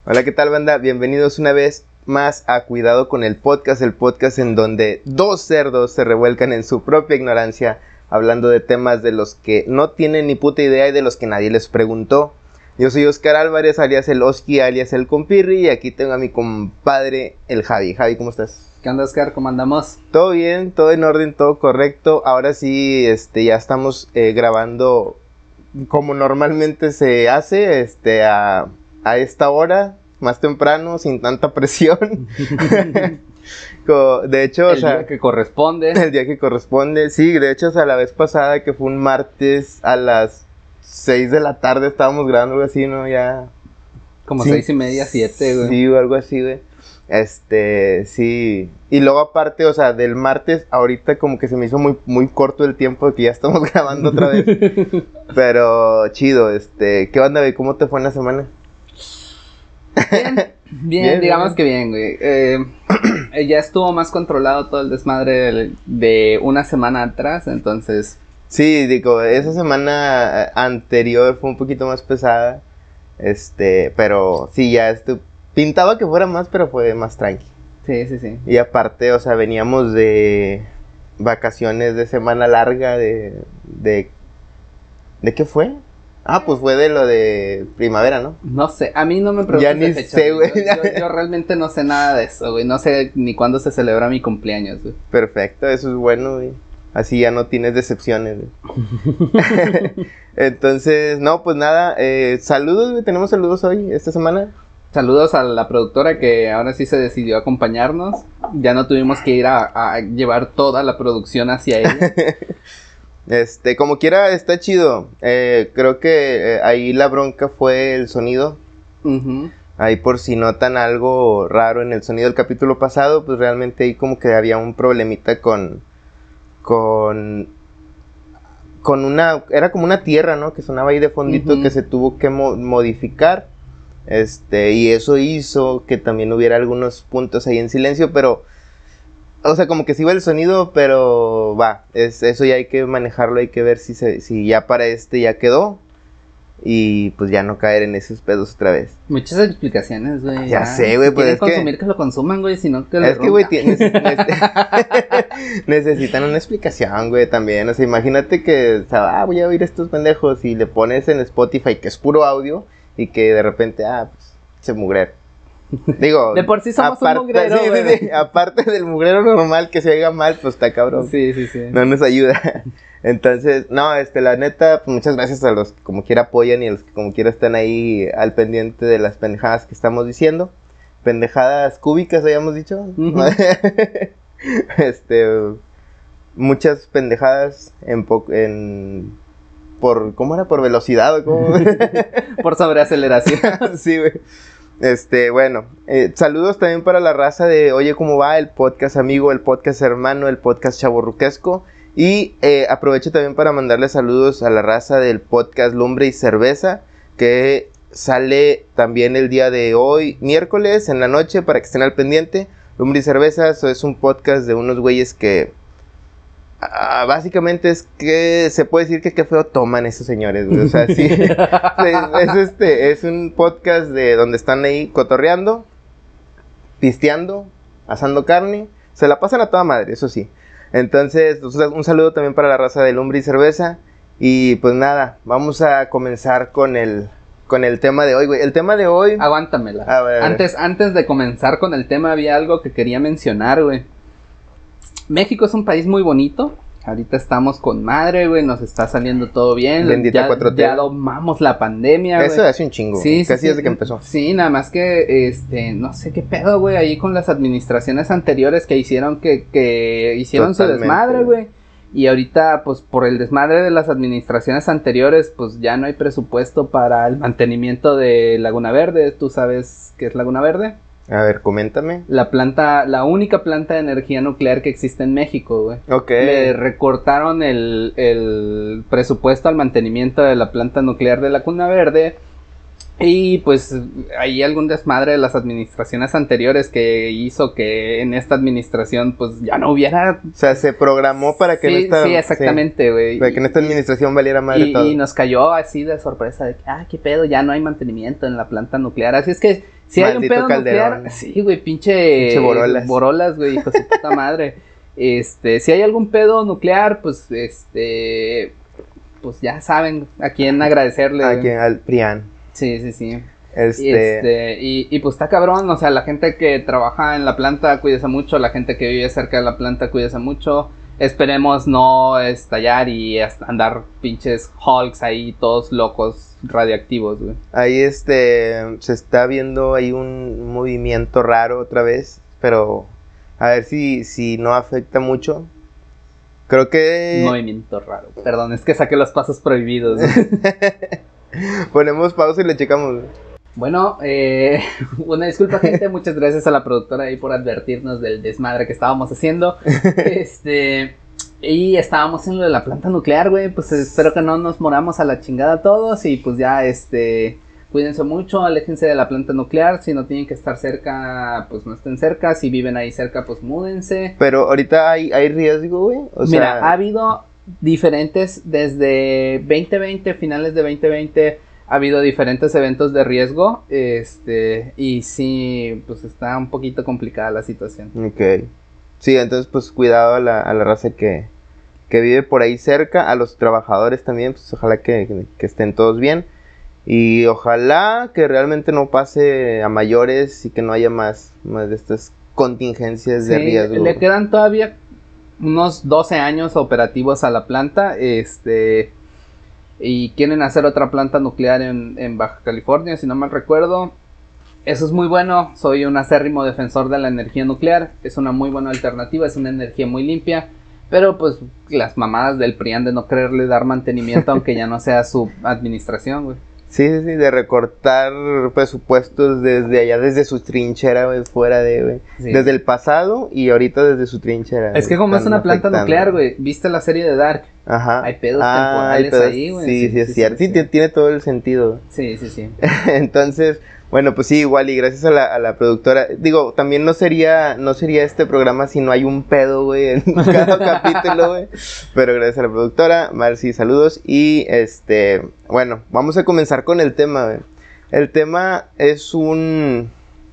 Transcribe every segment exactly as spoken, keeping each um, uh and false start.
Hola, ¿qué tal, banda? Bienvenidos una vez más a Cuidado con el Podcast, el podcast en donde dos cerdos se revuelcan en su propia ignorancia, hablando de temas de los que no tienen ni puta idea y de los que nadie les preguntó. Yo soy Oscar Álvarez, alias el Oski, alias el Compirri, y aquí tengo a mi compadre, el Javi. Javi, ¿cómo estás? ¿Qué onda, Oscar? ¿Cómo andamos? Todo bien, todo en orden, todo correcto. Ahora sí, este, ya estamos eh, grabando como normalmente se hace, este, a, a esta hora, más temprano, sin tanta presión. De hecho, el o sea, día que corresponde. El día que corresponde, sí, de hecho, o sea, la vez pasada que fue un martes a las seis de la tarde estábamos grabando algo así, ¿no? Ya... Como sí, seis y media, siete, güey. Sí, o algo así, güey. Este, sí. Y luego aparte, o sea, del martes, ahorita como que se me hizo muy, muy corto el tiempo de que ya estamos grabando otra vez. Pero chido, este, ¿qué onda, güey? ¿Cómo te fue en la semana? Bien, bien, Bien, digamos bien. que bien, güey. Eh, ya estuvo más controlado todo el desmadre de, de una semana atrás, entonces... Sí, digo, esa semana anterior fue un poquito más pesada. Este, pero sí, ya esto pintaba que fuera más, pero fue más tranqui. Sí, sí, sí. Y aparte, o sea, veníamos de vacaciones de semana larga, de, de, ¿de qué fue? Ah, pues fue de lo de primavera, ¿no? No sé, a mí no me preguntes Ya ni de fecha, sé, güey. Yo, yo, yo realmente no sé nada de eso, güey. No sé ni cuándo se celebra mi cumpleaños, güey. Perfecto, eso es bueno, güey. Así ya no tienes decepciones, güey. Entonces, no, pues nada, eh, saludos, güey. Tenemos saludos hoy, esta semana. Saludos a la productora que ahora sí se decidió a acompañarnos. Ya no tuvimos que ir a, a llevar toda la producción hacia ella. Este, como quiera, está chido. Eh, creo que eh, ahí la bronca fue el sonido. Uh-huh. Ahí por si notan algo raro en el sonido del capítulo pasado, pues realmente ahí como que había un problemita con... Con... Con una... Era como una tierra, ¿no? Que sonaba ahí de fondito, uh-huh, que se tuvo que mo- modificar. Este, y eso hizo que también hubiera algunos puntos ahí en silencio, pero... O sea, como que sí va el sonido, pero va, es, eso ya hay que manejarlo, hay que ver si, se, si ya para este ya quedó. Y pues ya no caer en esos pedos otra vez. Muchas explicaciones, güey. Ya, ya sé, güey, si pues es consumir, que... que lo consuman, güey, si no que Es que, güey, tienes, necesitan una explicación, güey, también. O sea, imagínate que, o sea, ah, voy a oír estos pendejos y le pones en Spotify que es puro audio y que de repente, ah, pues, se mugrero. Digo, de por sí somos aparte, un mugrero, sí, sí, sí, aparte del mugrero normal que se oiga mal, pues está cabrón. Sí, sí, sí. No nos ayuda. Entonces, no, este, la neta, pues muchas gracias a los que como quiera apoyan y a los que como quiera están ahí al pendiente de las pendejadas que estamos diciendo. Pendejadas cúbicas, habíamos dicho. Uh-huh. Este, muchas pendejadas en, po- en por, ¿cómo era? Por velocidad, ¿o cómo? Por sobreaceleración. Sí, güey. Este, bueno, eh, saludos también para la raza de Oye Cómo Va, el podcast amigo, el podcast hermano, el podcast chavorruquesco. Y eh, aprovecho también para mandarle saludos a la raza del podcast Lumbre y Cerveza, que sale también el día de hoy, miércoles, en la noche, para que estén al pendiente. Lumbre y Cerveza, eso es un podcast de unos güeyes que... Uh, básicamente es que se puede decir que qué feo toman esos señores, güey. O sea, sí, es, es, este, es un podcast de donde están ahí cotorreando, pisteando, asando carne, se la pasan a toda madre, eso sí. Entonces, un saludo también para la raza de Lumbre y Cerveza. Y pues nada, vamos a comenzar con el, con el tema de hoy, güey. El tema de hoy... Aguántamela. A ver, a ver. Antes, antes de comenzar con el tema había algo que quería mencionar, güey. México es un país muy bonito. Ahorita estamos con madre, güey. Nos está saliendo todo bien. Bendita ya, cuatro T. ya domamos la pandemia, güey. Eso hace un chingo. Sí, sí, casi sí, desde que empezó. Sí, nada más que, este, no sé qué pedo, güey. Ahí con las administraciones anteriores que hicieron que, que hicieron Totalmente. Su desmadre, güey. Y ahorita, pues, por el desmadre de las administraciones anteriores, pues, ya no hay presupuesto para el mantenimiento de Laguna Verde. ¿Tú sabes qué es Laguna Verde? A ver, coméntame. La planta, la única planta de energía nuclear que existe en México, güey. Ok. Le recortaron el, el presupuesto al mantenimiento de la planta nuclear de Laguna Verde. Y pues hay algún desmadre de las administraciones anteriores que hizo que en esta administración pues ya no hubiera... O sea, se programó para que sí, en esta... Sí, exactamente, güey. Sí, para que en esta administración valiera madre y, todo. Y nos cayó así de sorpresa de que, ah, qué pedo, ya no hay mantenimiento en la planta nuclear. Así es que Si hay un pedo Calderón. nuclear, sí, güey, pinche, pinche borolas. Borolas, güey, hijo de su puta madre. Este, si hay algún pedo nuclear, pues, este, pues ya saben a quién agradecerle. A quién, al Prián. Sí, sí, sí. Este... Y, este, y, y pues está cabrón, o sea, la gente que trabaja en la planta, cuídese mucho, la gente que vive cerca de la planta, cuídese mucho. Esperemos no estallar y andar pinches Hulks ahí, todos locos, radiactivos, güey. Ahí, este, se está viendo ahí un movimiento raro otra vez, pero a ver si, si no afecta mucho. Creo que... Movimiento raro, perdón, es que saqué los pasos prohibidos. Ponemos pausa y le checamos, güey. Bueno, eh, una disculpa, gente, muchas gracias a la productora ahí por advertirnos del desmadre que estábamos haciendo. Este, y estábamos en lo de la planta nuclear, güey, pues espero que no nos moramos a la chingada todos y pues ya, este, cuídense mucho, aléjense de la planta nuclear, si no tienen que estar cerca, pues no estén cerca, si viven ahí cerca, pues múdense. Pero ahorita hay, hay riesgo, güey, o Mira, sea... ha habido diferentes, desde veinte veinte, finales de veinte veinte... Ha habido diferentes eventos de riesgo, este, y sí, pues está un poquito complicada la situación. Ok. Sí, entonces pues cuidado a la, a la raza que, que vive por ahí cerca, a los trabajadores también, pues ojalá que, que, que estén todos bien. Y ojalá que realmente no pase a mayores y que no haya más, más de estas contingencias sí, de riesgo. Le quedan todavía unos doce años operativos a la planta, este... y quieren hacer otra planta nuclear en, en Baja California, si no mal recuerdo. Eso es muy bueno, soy un acérrimo defensor de la energía nuclear, es una muy buena alternativa, es una energía muy limpia, pero pues las mamadas del Prián de no quererle dar mantenimiento aunque ya no sea su administración, güey. Sí, sí, sí, de recortar presupuestos desde allá, desde su trinchera, güey, fuera de, güey. Sí. Desde el pasado y ahorita desde su trinchera. Es que como es una planta afectando. nuclear, güey, ¿viste la serie de Dark? Ajá. Hay pedos ah, temporales hay pedos, ahí, güey. Sí, sí, sí, es sí, cierto. Sí, sí, sí, tiene todo el sentido. Sí, sí, sí. Entonces, bueno, pues sí, igual, y gracias a la, a la productora. Digo, también no sería, no sería este programa si no hay un pedo, güey, en cada capítulo, güey. Pero gracias a la productora, Marcy, saludos. Y este, bueno, vamos a comenzar con el tema, güey. El tema es un...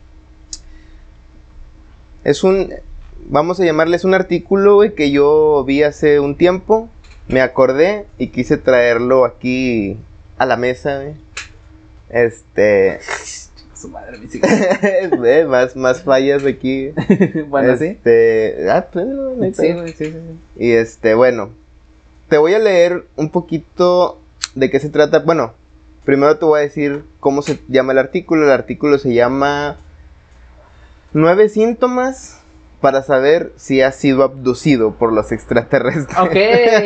Es un... Vamos a llamarles un artículo, güey, que yo vi hace un tiempo. Me acordé y quise traerlo aquí a la mesa, güey. Este... Su madre, mi eh, más, más fallas aquí. Bueno, este, ¿sí? Ah, pues, no, no sí, sí, sí, sí. Y este, bueno, te voy a leer un poquito de qué se trata. Bueno, primero te voy a decir cómo se llama el artículo. El artículo se llama Nueve síntomas para saber si has sido abducido por los extraterrestres. Ok.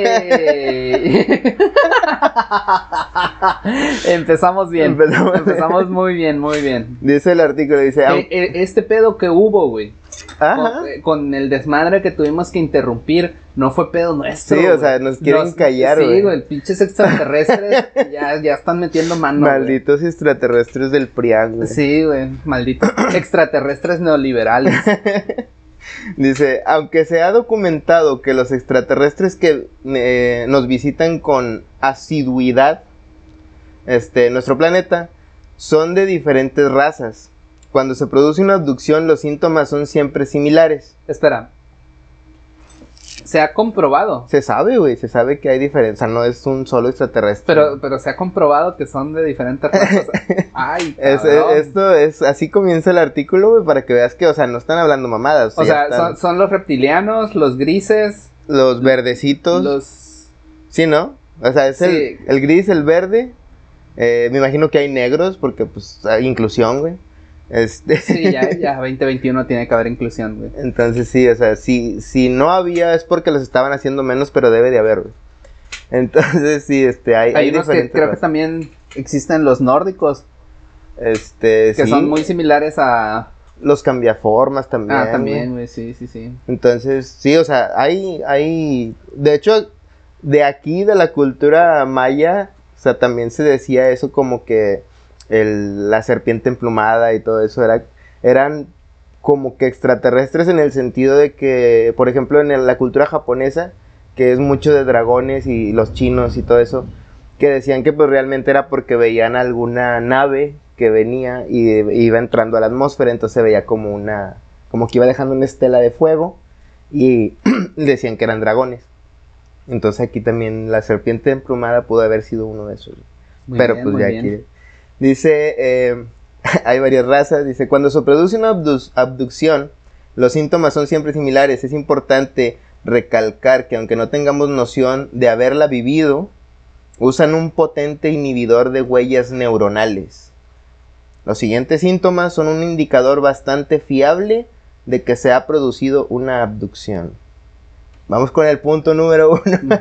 Empezamos bien. Empezamos, Empezamos muy bien, muy bien. Dice el artículo, dice... Eh, eh, este pedo que hubo, güey. Con, eh, con el desmadre que tuvimos que interrumpir, no fue pedo nuestro. Sí, o sea, nos quieren nos, callar, güey. Sí, güey, pinches extraterrestres ya, ya están metiendo mano. Malditos wey. Extraterrestres del Prián, güey. Sí, güey, malditos extraterrestres neoliberales. Dice, aunque se ha documentado que los extraterrestres que eh, nos visitan con asiduidad este, nuestro planeta son de diferentes razas. Cuando se produce una abducción, los síntomas son siempre similares. Espera. Se ha comprobado. Se sabe, güey, se sabe que hay diferencia, no es un solo extraterrestre. Pero, pero se ha comprobado que son de diferentes razas. Ay, es, es, esto es, así comienza el artículo, güey, para que veas que, o sea, no están hablando mamadas. O sea, están... son, son los reptilianos, los grises. Los verdecitos. Los... Sí, ¿no? O sea, es sí. el, el gris, el verde. Eh, me imagino que hay negros, porque, pues, hay inclusión, güey. Este... Sí, ya, ya veinte veintiuno tiene que haber inclusión, güey. Entonces sí, o sea, si, si no había es porque los estaban haciendo menos, pero debe de haber, güey. Entonces sí, este, hay, hay, hay unos que creo razas. Que también existen los nórdicos. Este, que sí. son muy similares a... Los cambiaformas también. Ah, también, güey, sí, sí, sí. Entonces, sí, o sea, hay, hay... De hecho, de aquí, de la cultura maya, o sea, también se decía eso como que... El, la serpiente emplumada y todo eso era, eran como que extraterrestres en el sentido de que, por ejemplo, en el, la cultura japonesa, que es mucho de dragones y los chinos y todo eso, que decían que pues realmente era porque veían alguna nave que venía y iba entrando a la atmósfera, entonces se veía como una, como que iba dejando una estela de fuego y decían que eran dragones. Entonces aquí también la serpiente emplumada pudo haber sido uno de esos. Muy Pero bien, pues ya bien. Aquí dice, eh, hay varias razas, dice, cuando se produce una abdu- abducción, los síntomas son siempre similares. Es importante recalcar que aunque no tengamos noción de haberla vivido, usan un potente inhibidor de huellas neuronales. Los siguientes síntomas son un indicador bastante fiable de que se ha producido una abducción. Vamos con el punto número uno.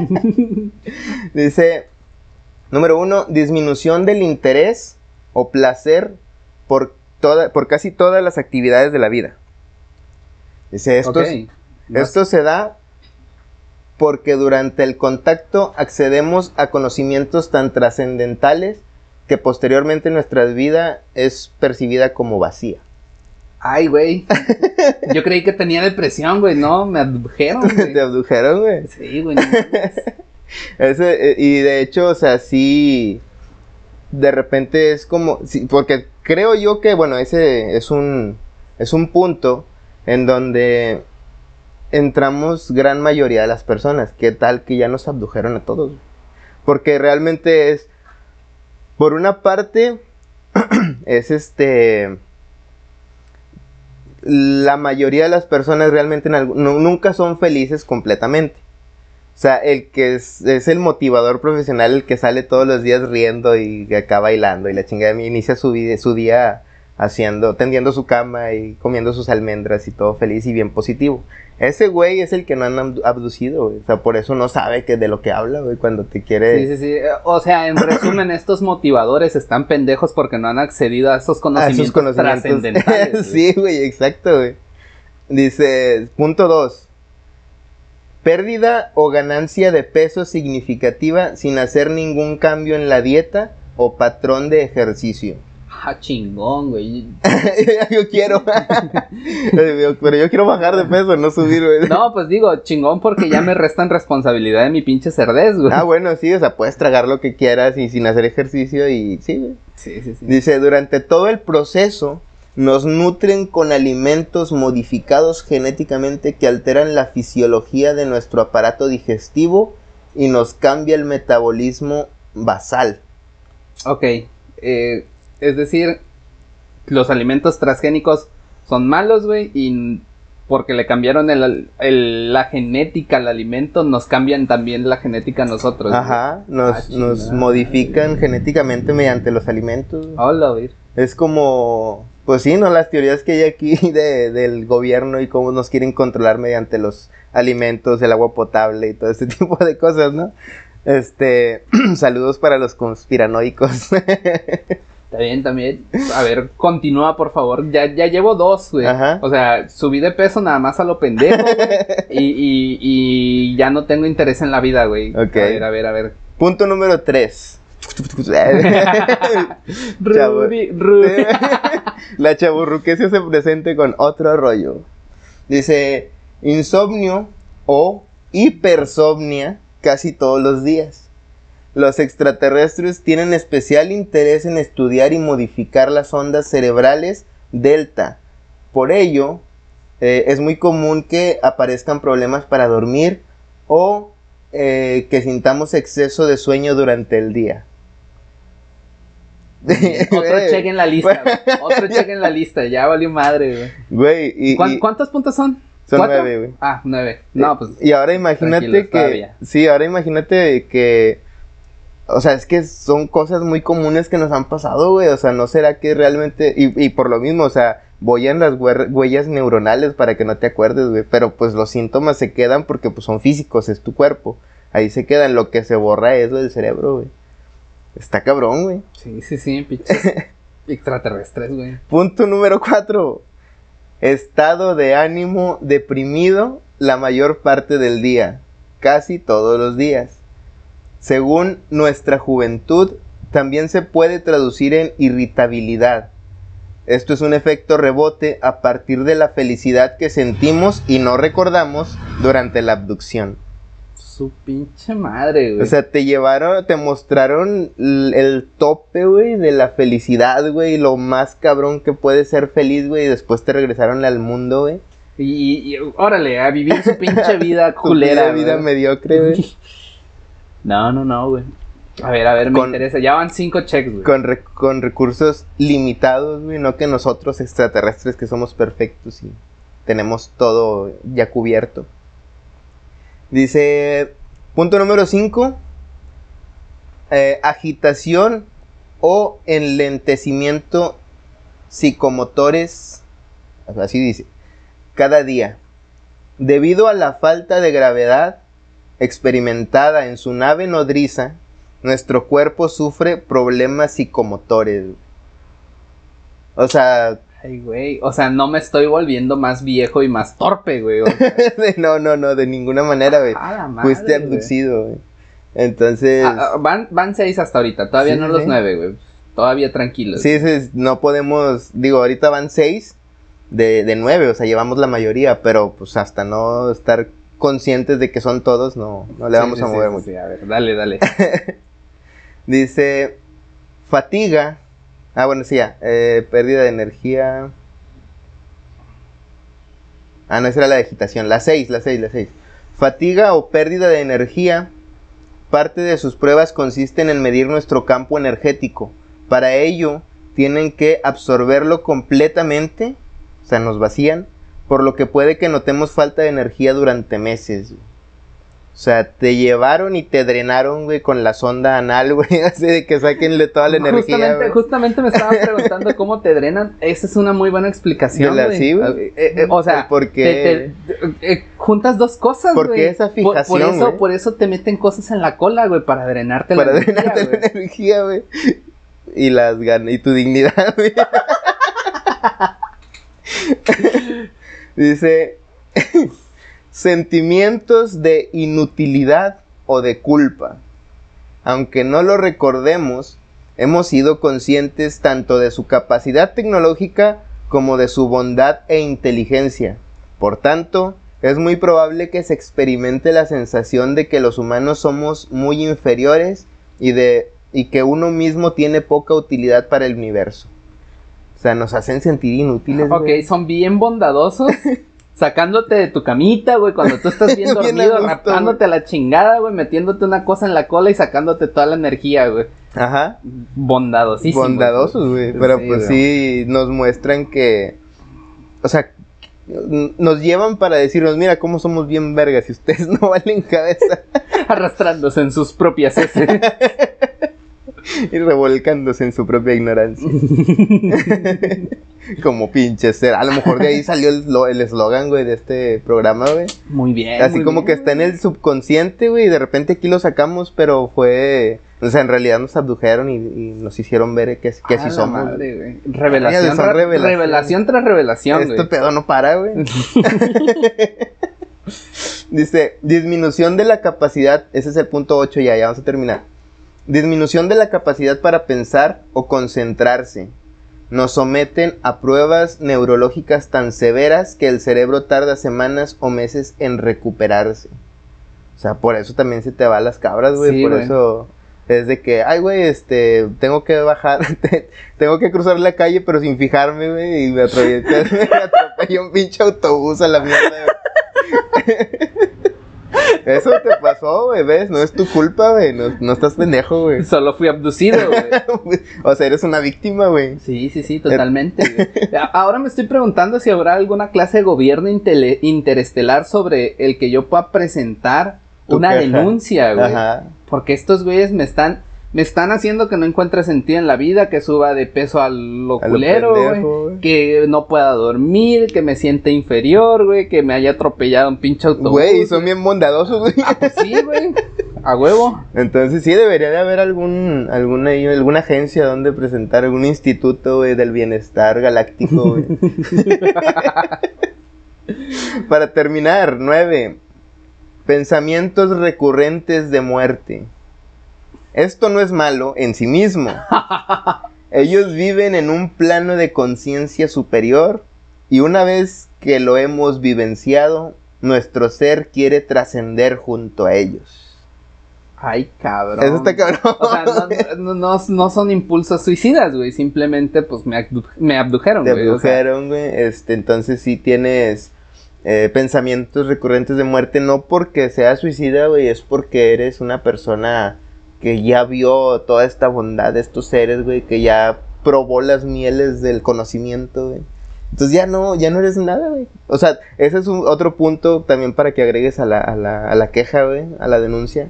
Dice, número uno, disminución del interés o placer por, toda, por casi todas las actividades de la vida. Dice, esto, okay. esto se da porque durante el contacto accedemos a conocimientos tan trascendentales que posteriormente nuestra vida es percibida como vacía. Ay, güey. Yo creí que tenía depresión, güey. No, me abdujeron, güey. ¿Te abdujeron, güey? Sí, güey. No Ese, y de hecho, o sea, sí... De repente es como... Sí, porque creo yo que, bueno, ese es un... Es un punto en donde entramos gran mayoría de las personas. ¿Qué tal que ya nos abdujeron a todos? Porque realmente es... Por una parte... es este... La mayoría de las personas realmente en algo, no, nunca son felices completamente. O sea, el que es, es el motivador profesional, el que sale todos los días riendo y acá bailando y la chingada, inicia su, vida, su día haciendo, tendiendo su cama y comiendo sus almendras y todo feliz y bien positivo. Ese güey es el que no han abducido, güey. O sea, por eso no sabe que de lo que habla, güey, cuando te quiere... Sí, sí, sí. O sea, en resumen, estos motivadores están pendejos porque no han accedido a esos conocimientos, a esos conocimientos trascendentales. Sí, güey, exacto, güey. Dice, punto dos. Pérdida o ganancia de peso significativa sin hacer ningún cambio en la dieta o patrón de ejercicio. Ah, chingón, güey. Yo quiero. Pero yo quiero bajar de peso, no subir, güey. No, pues digo, chingón porque ya me restan responsabilidad de mi pinche cerdez, güey. Ah, bueno, sí, o sea, puedes tragar lo que quieras y sin hacer ejercicio y sí, güey. Sí, sí, sí. Dice, durante todo el proceso nos nutren con alimentos modificados genéticamente que alteran la fisiología de nuestro aparato digestivo y nos cambia el metabolismo basal. Ok, eh... Es decir, los alimentos transgénicos son malos, güey, y porque le cambiaron el, el, la genética al alimento, nos cambian también la genética a nosotros. Ajá, nos, ah, nos modifican genéticamente mediante los alimentos. Hola, güey. Es como, pues sí, ¿no? Las teorías que hay aquí de, del gobierno y cómo nos quieren controlar mediante los alimentos, el agua potable y todo ese tipo de cosas, ¿no? Este, saludos para los conspiranoicos. Está bien, también. A ver, continúa, por favor. Ya, ya llevo dos, güey. O sea, subí de peso nada más a lo pendejo, güey. Y, y, y ya no tengo interés en la vida, güey. Ok. A ver, a ver, a ver. Punto número tres. Rudy, Rudy. La chavorruquesia se presente con otro rollo. Dice, insomnio o hipersomnia casi todos los días. Los extraterrestres tienen especial interés en estudiar y modificar las ondas cerebrales delta. Por ello, eh, es muy común que aparezcan problemas para dormir o eh, que sintamos exceso de sueño durante el día. Otro check en la lista, güey. Otro check en la lista, ya valió madre, güey. Y, ¿Cuán, y, ¿Cuántos puntos son? Son ¿Cuatro? nueve, güey. Ah, nueve. No, pues. Y ahora imagínate que. Todavía. Sí, ahora imagínate que. O sea, es que son cosas muy comunes que nos han pasado, güey. O sea, ¿no será que realmente...? Y, y por lo mismo, o sea, bollan las huellas neuronales para que no te acuerdes, güey. Pero pues los síntomas se quedan porque pues son físicos, es tu cuerpo. Ahí se quedan, lo que se borra es lo del cerebro, güey. Está cabrón, güey. Sí, sí, sí, pinches extraterrestres, güey. Punto número cuatro. Estado de ánimo deprimido la mayor parte del día. Casi todos los días. Según nuestra juventud, también se puede traducir en irritabilidad. Esto es un efecto rebote a partir de la felicidad que sentimos y no recordamos durante la abducción. su pinche madre, güey. O sea, te llevaron, te mostraron el, el tope, güey, de la felicidad, güey, lo más cabrón que puede ser feliz, güey, y después te regresaron al mundo, güey. Y, y, órale, a vivir su pinche vida culera, vida, vida mediocre, güey. No, no, no, güey. A ver, a ver, me con, interesa. Ya van cinco checks, güey. Con, re, con recursos limitados, güey, no que nosotros extraterrestres que somos perfectos y tenemos todo ya cubierto. Dice, punto número cinco, eh, agitación o enlentecimiento psicomotores, así dice, cada día, debido a la falta de gravedad experimentada en su nave nodriza, nuestro cuerpo sufre problemas psicomotores. O sea... Ay, güey, o sea, no me estoy volviendo más viejo y más torpe, güey. O sea. no, no, no, de ninguna manera, güey. Fuiste abducido, güey. Entonces... Ah, van, van seis hasta ahorita, todavía sí, no sí. Los nueve, güey. Todavía tranquilos. Sí, sí, no podemos... Digo, ahorita van seis de, de nueve, o sea, llevamos la mayoría, pero pues hasta no estar conscientes de que son todos, no, no le vamos sí, sí, a mover sí, mucho. Sí, a ver, dale, dale. Dice, fatiga... Ah, bueno, sí, ya. Eh, pérdida de energía. Ah, no, esa era la de agitación. La seis, la seis, la seis. Fatiga o pérdida de energía. Parte de sus pruebas consisten en medir nuestro campo energético. Para ello, tienen que absorberlo completamente. O sea, nos vacían. Por lo que puede que notemos falta de energía durante meses. O sea, te llevaron y te drenaron, güey, con la sonda anal, güey, así de que saquenle toda la justamente, energía, güey. Justamente me estaba preguntando cómo te drenan. Esa es una muy buena explicación, güey. Sí, güey. Eh, eh, o sea, ¿por qué? Te, te, eh, juntas dos cosas, güey. ¿Por qué esa fijación, por, por eso, güey? Por eso te meten cosas en la cola, güey, para drenarte para la energía, Para drenarte la energía, güey. Y las ganas, y tu dignidad, güey. Dice... Sentimientos de inutilidad o de culpa. Aunque no lo recordemos, hemos sido conscientes tanto de su capacidad tecnológica como de su bondad e inteligencia. Por tanto, es muy probable que se experimente la sensación de que los humanos somos muy inferiores y, de, y que uno mismo tiene poca utilidad para el universo. O sea, nos hacen sentir inútiles. Ok, güey. Son bien bondadosos. Sacándote de tu camita, güey, cuando tú estás bien dormido, bien rapándote a la chingada, güey, metiéndote una cosa en la cola y sacándote toda la energía, güey. Ajá. Bondadosísimos. Bondadosos, güey, pero sí, pues güey. Sí nos muestran que, o sea, nos llevan para decirnos, mira cómo somos bien vergas y ustedes no valen cabeza. Arrastrándose en sus propias heces. Y revolcándose en su propia ignorancia. Como pinche ser. A lo mejor de ahí salió el eslogan, güey, de este programa, güey. Muy bien. Así muy como bien, que está en el subconsciente, güey, y de repente aquí lo sacamos, pero fue... O sea, en realidad nos abdujeron y, y nos hicieron ver que, que así somos. Madre, güey. Revelación, Ay, revelación. Revelación tras revelación, Este güey. Pedo no para, güey. Dice, disminución de la capacidad, ese es el punto ocho ya, ya vamos a terminar. Disminución de la capacidad para pensar o concentrarse. Nos someten a pruebas neurológicas tan severas que el cerebro tarda semanas o meses en recuperarse. O sea, por eso también se te va a las cabras, güey. Sí, por güey. Eso es de que, ay, güey, este, tengo que bajar, tengo que cruzar la calle, pero sin fijarme, güey, y me atropellé, me atropellé un pinche autobús a la mierda, güey. Eso te pasó, güey, ¿ves? No es tu culpa, güey, no, no estás pendejo, güey. Solo fui abducido, güey. O sea, eres una víctima, güey. Sí, sí, sí, totalmente, güey. Ahora me estoy preguntando si habrá alguna clase de gobierno intele- interestelar sobre el que yo pueda presentar una queja. denuncia, güey. Ajá. Porque estos güeyes me están... Me están haciendo que no encuentre sentido en la vida, que suba de peso a lo a culero, güey. Que no pueda dormir, que me siente inferior, güey. Que me haya atropellado un pinche autobús. Güey, son bien bondadosos, güey. Ah, pues sí, güey. A huevo. Entonces sí debería de haber algún, alguna, alguna agencia donde presentar, algún instituto, güey, del bienestar galáctico, güey. Para terminar, nueve. Pensamientos recurrentes de muerte. Esto no es malo en sí mismo. Ellos viven en un plano de conciencia superior y una vez que lo hemos vivenciado, nuestro ser quiere trascender junto a ellos. Ay, cabrón. Eso está cabrón. O sea, no, no, no, no son impulsos suicidas, güey. Simplemente, pues, me, abdu me abdujeron, Te güey. Te abdujeron, güey. O sea, este, entonces sí tienes eh, pensamientos recurrentes de muerte. No porque seas suicida, güey. Es porque eres una persona que ya vio toda esta bondad de estos seres, güey. Que ya probó las mieles del conocimiento, güey. Entonces ya no, ya no eres nada, güey. O sea, ese es un otro punto también para que agregues a la, a la, a la queja, güey. A la denuncia.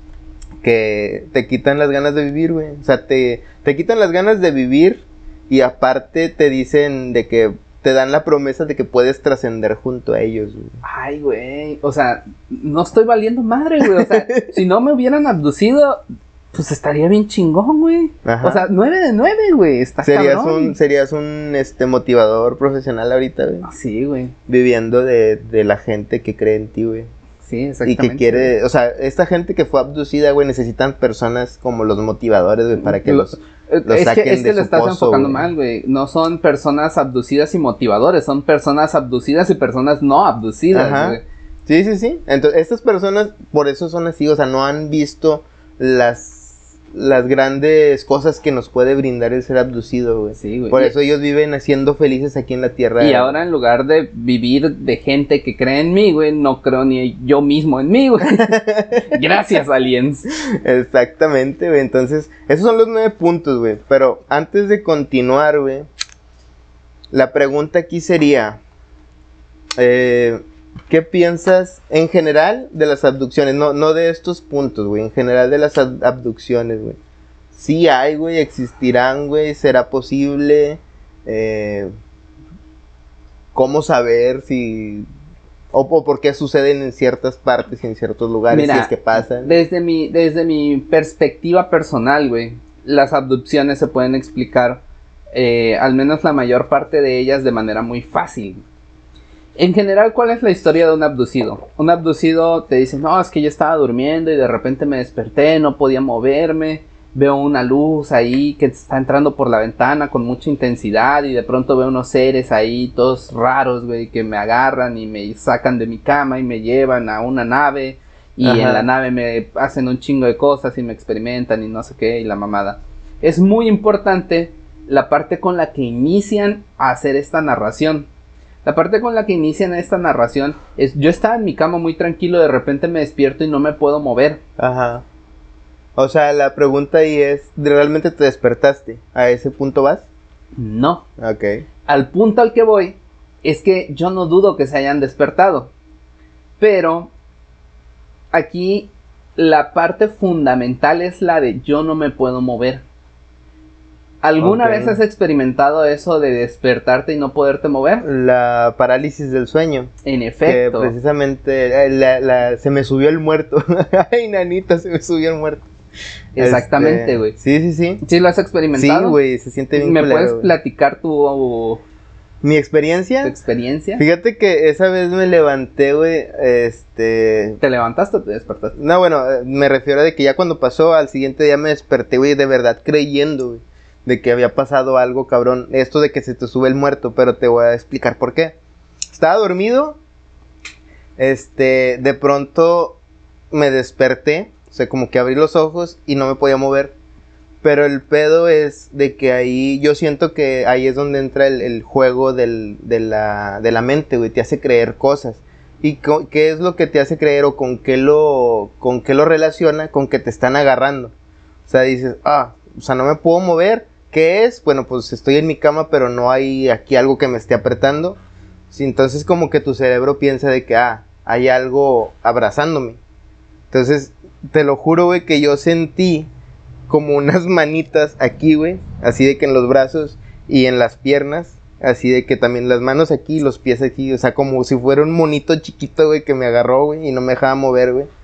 Que te quitan las ganas de vivir, güey. O sea, te, te quitan las ganas de vivir y aparte te dicen de que te dan la promesa de que puedes trascender junto a ellos, güey. Ay, güey. O sea, no estoy valiendo madre, güey. O sea, si no me hubieran abducido, pues estaría bien chingón, güey. O sea, nueve de nueve, güey. Está serías cabrón. un Serías un este, motivador profesional ahorita, güey. Sí, güey. Viviendo de, de la gente que cree en ti, güey. Sí, exactamente. Y que quiere, o sea, esta gente que fue abducida, güey, necesitan personas como los motivadores, güey, para que Lo, los, los es saquen que, es que de lo su estás pozo, enfocando güey. mal, güey. No son personas abducidas y motivadores, son personas abducidas y personas no abducidas, güey. Sí, sí, sí. Entonces, estas personas, por eso son así, o sea, no han visto las... las grandes cosas que nos puede brindar el ser abducido, güey. Sí, güey. Por y, eso ellos viven siendo felices aquí en la tierra. Y ahora en lugar de vivir de gente que cree en mí, güey, no creo ni yo mismo en mí, güey. Gracias, aliens. Exactamente, güey. Entonces, esos son los nueve puntos, güey. Pero antes de continuar, güey, la pregunta aquí sería, eh... ¿qué piensas en general de las abducciones? No, no de estos puntos, güey. En general de las abducciones, güey. Sí hay, güey. Existirán, güey. ¿Será posible? Eh, ¿Cómo saber si... O, o por qué suceden en ciertas partes y en ciertos lugares? Mira, si es que pasan. Desde mi, desde mi perspectiva personal, güey. Las abducciones se pueden explicar, eh, al menos la mayor parte de ellas, de manera muy fácil. En general, ¿cuál es la historia de un abducido? Un abducido te dice, no, es que yo estaba durmiendo y de repente me desperté, no podía moverme, veo una luz ahí que está entrando por la ventana con mucha intensidad y de pronto veo unos seres ahí todos raros, güey, que me agarran y me sacan de mi cama y me llevan a una nave y Ajá. en la nave me hacen un chingo de cosas y me experimentan y no sé qué y la mamada. Es muy importante la parte con la que inician a hacer esta narración. La parte con la que inician esta narración es, yo estaba en mi cama muy tranquilo, de repente me despierto y no me puedo mover. Ajá. O sea, la pregunta ahí es, ¿realmente te despertaste? ¿A ese punto vas? No. Ok. Al punto al que voy es que yo no dudo que se hayan despertado. Pero aquí la parte fundamental es la de yo no me puedo mover. ¿Alguna okay. vez has experimentado eso de despertarte y no poderte mover? La parálisis del sueño. En efecto. Que precisamente la, la, se me subió el muerto. Ay, nanita, se me subió el muerto. Exactamente, güey. Este, sí, sí, sí. ¿Sí lo has experimentado? Sí, güey, se siente bien ¿Me culero, puedes güey. platicar tu... ¿Mi experiencia? ¿Tu experiencia? Fíjate que esa vez me levanté, güey, este... ¿Te levantaste o te despertaste? No, bueno, me refiero a de que ya cuando pasó, al siguiente día me desperté, güey, de verdad creyendo, güey, de que había pasado algo, cabrón. Esto de que se te sube el muerto, pero te voy a explicar por qué. Estaba dormido, este, de pronto me desperté, o sea, como que abrí los ojos y no me podía mover. Pero el pedo es de que ahí, yo siento que ahí es donde entra el, el juego del, de, la, de la mente, güey, te hace creer cosas. ¿Y co- qué es lo que te hace creer o con qué lo, con qué lo relaciona? Con que te están agarrando. O sea, dices, ah, o sea, no me puedo mover. ¿Qué es? Bueno, pues estoy en mi cama, pero no hay aquí algo que me esté apretando. Sí, entonces como que tu cerebro piensa de que, ah, hay algo abrazándome. Entonces, te lo juro, güey, que yo sentí como unas manitas aquí, güey, así de que en los brazos y en las piernas, así de que también las manos aquí, los pies aquí, o sea, como si fuera un monito chiquito, güey, que me agarró, güey, y no me dejaba mover, güey.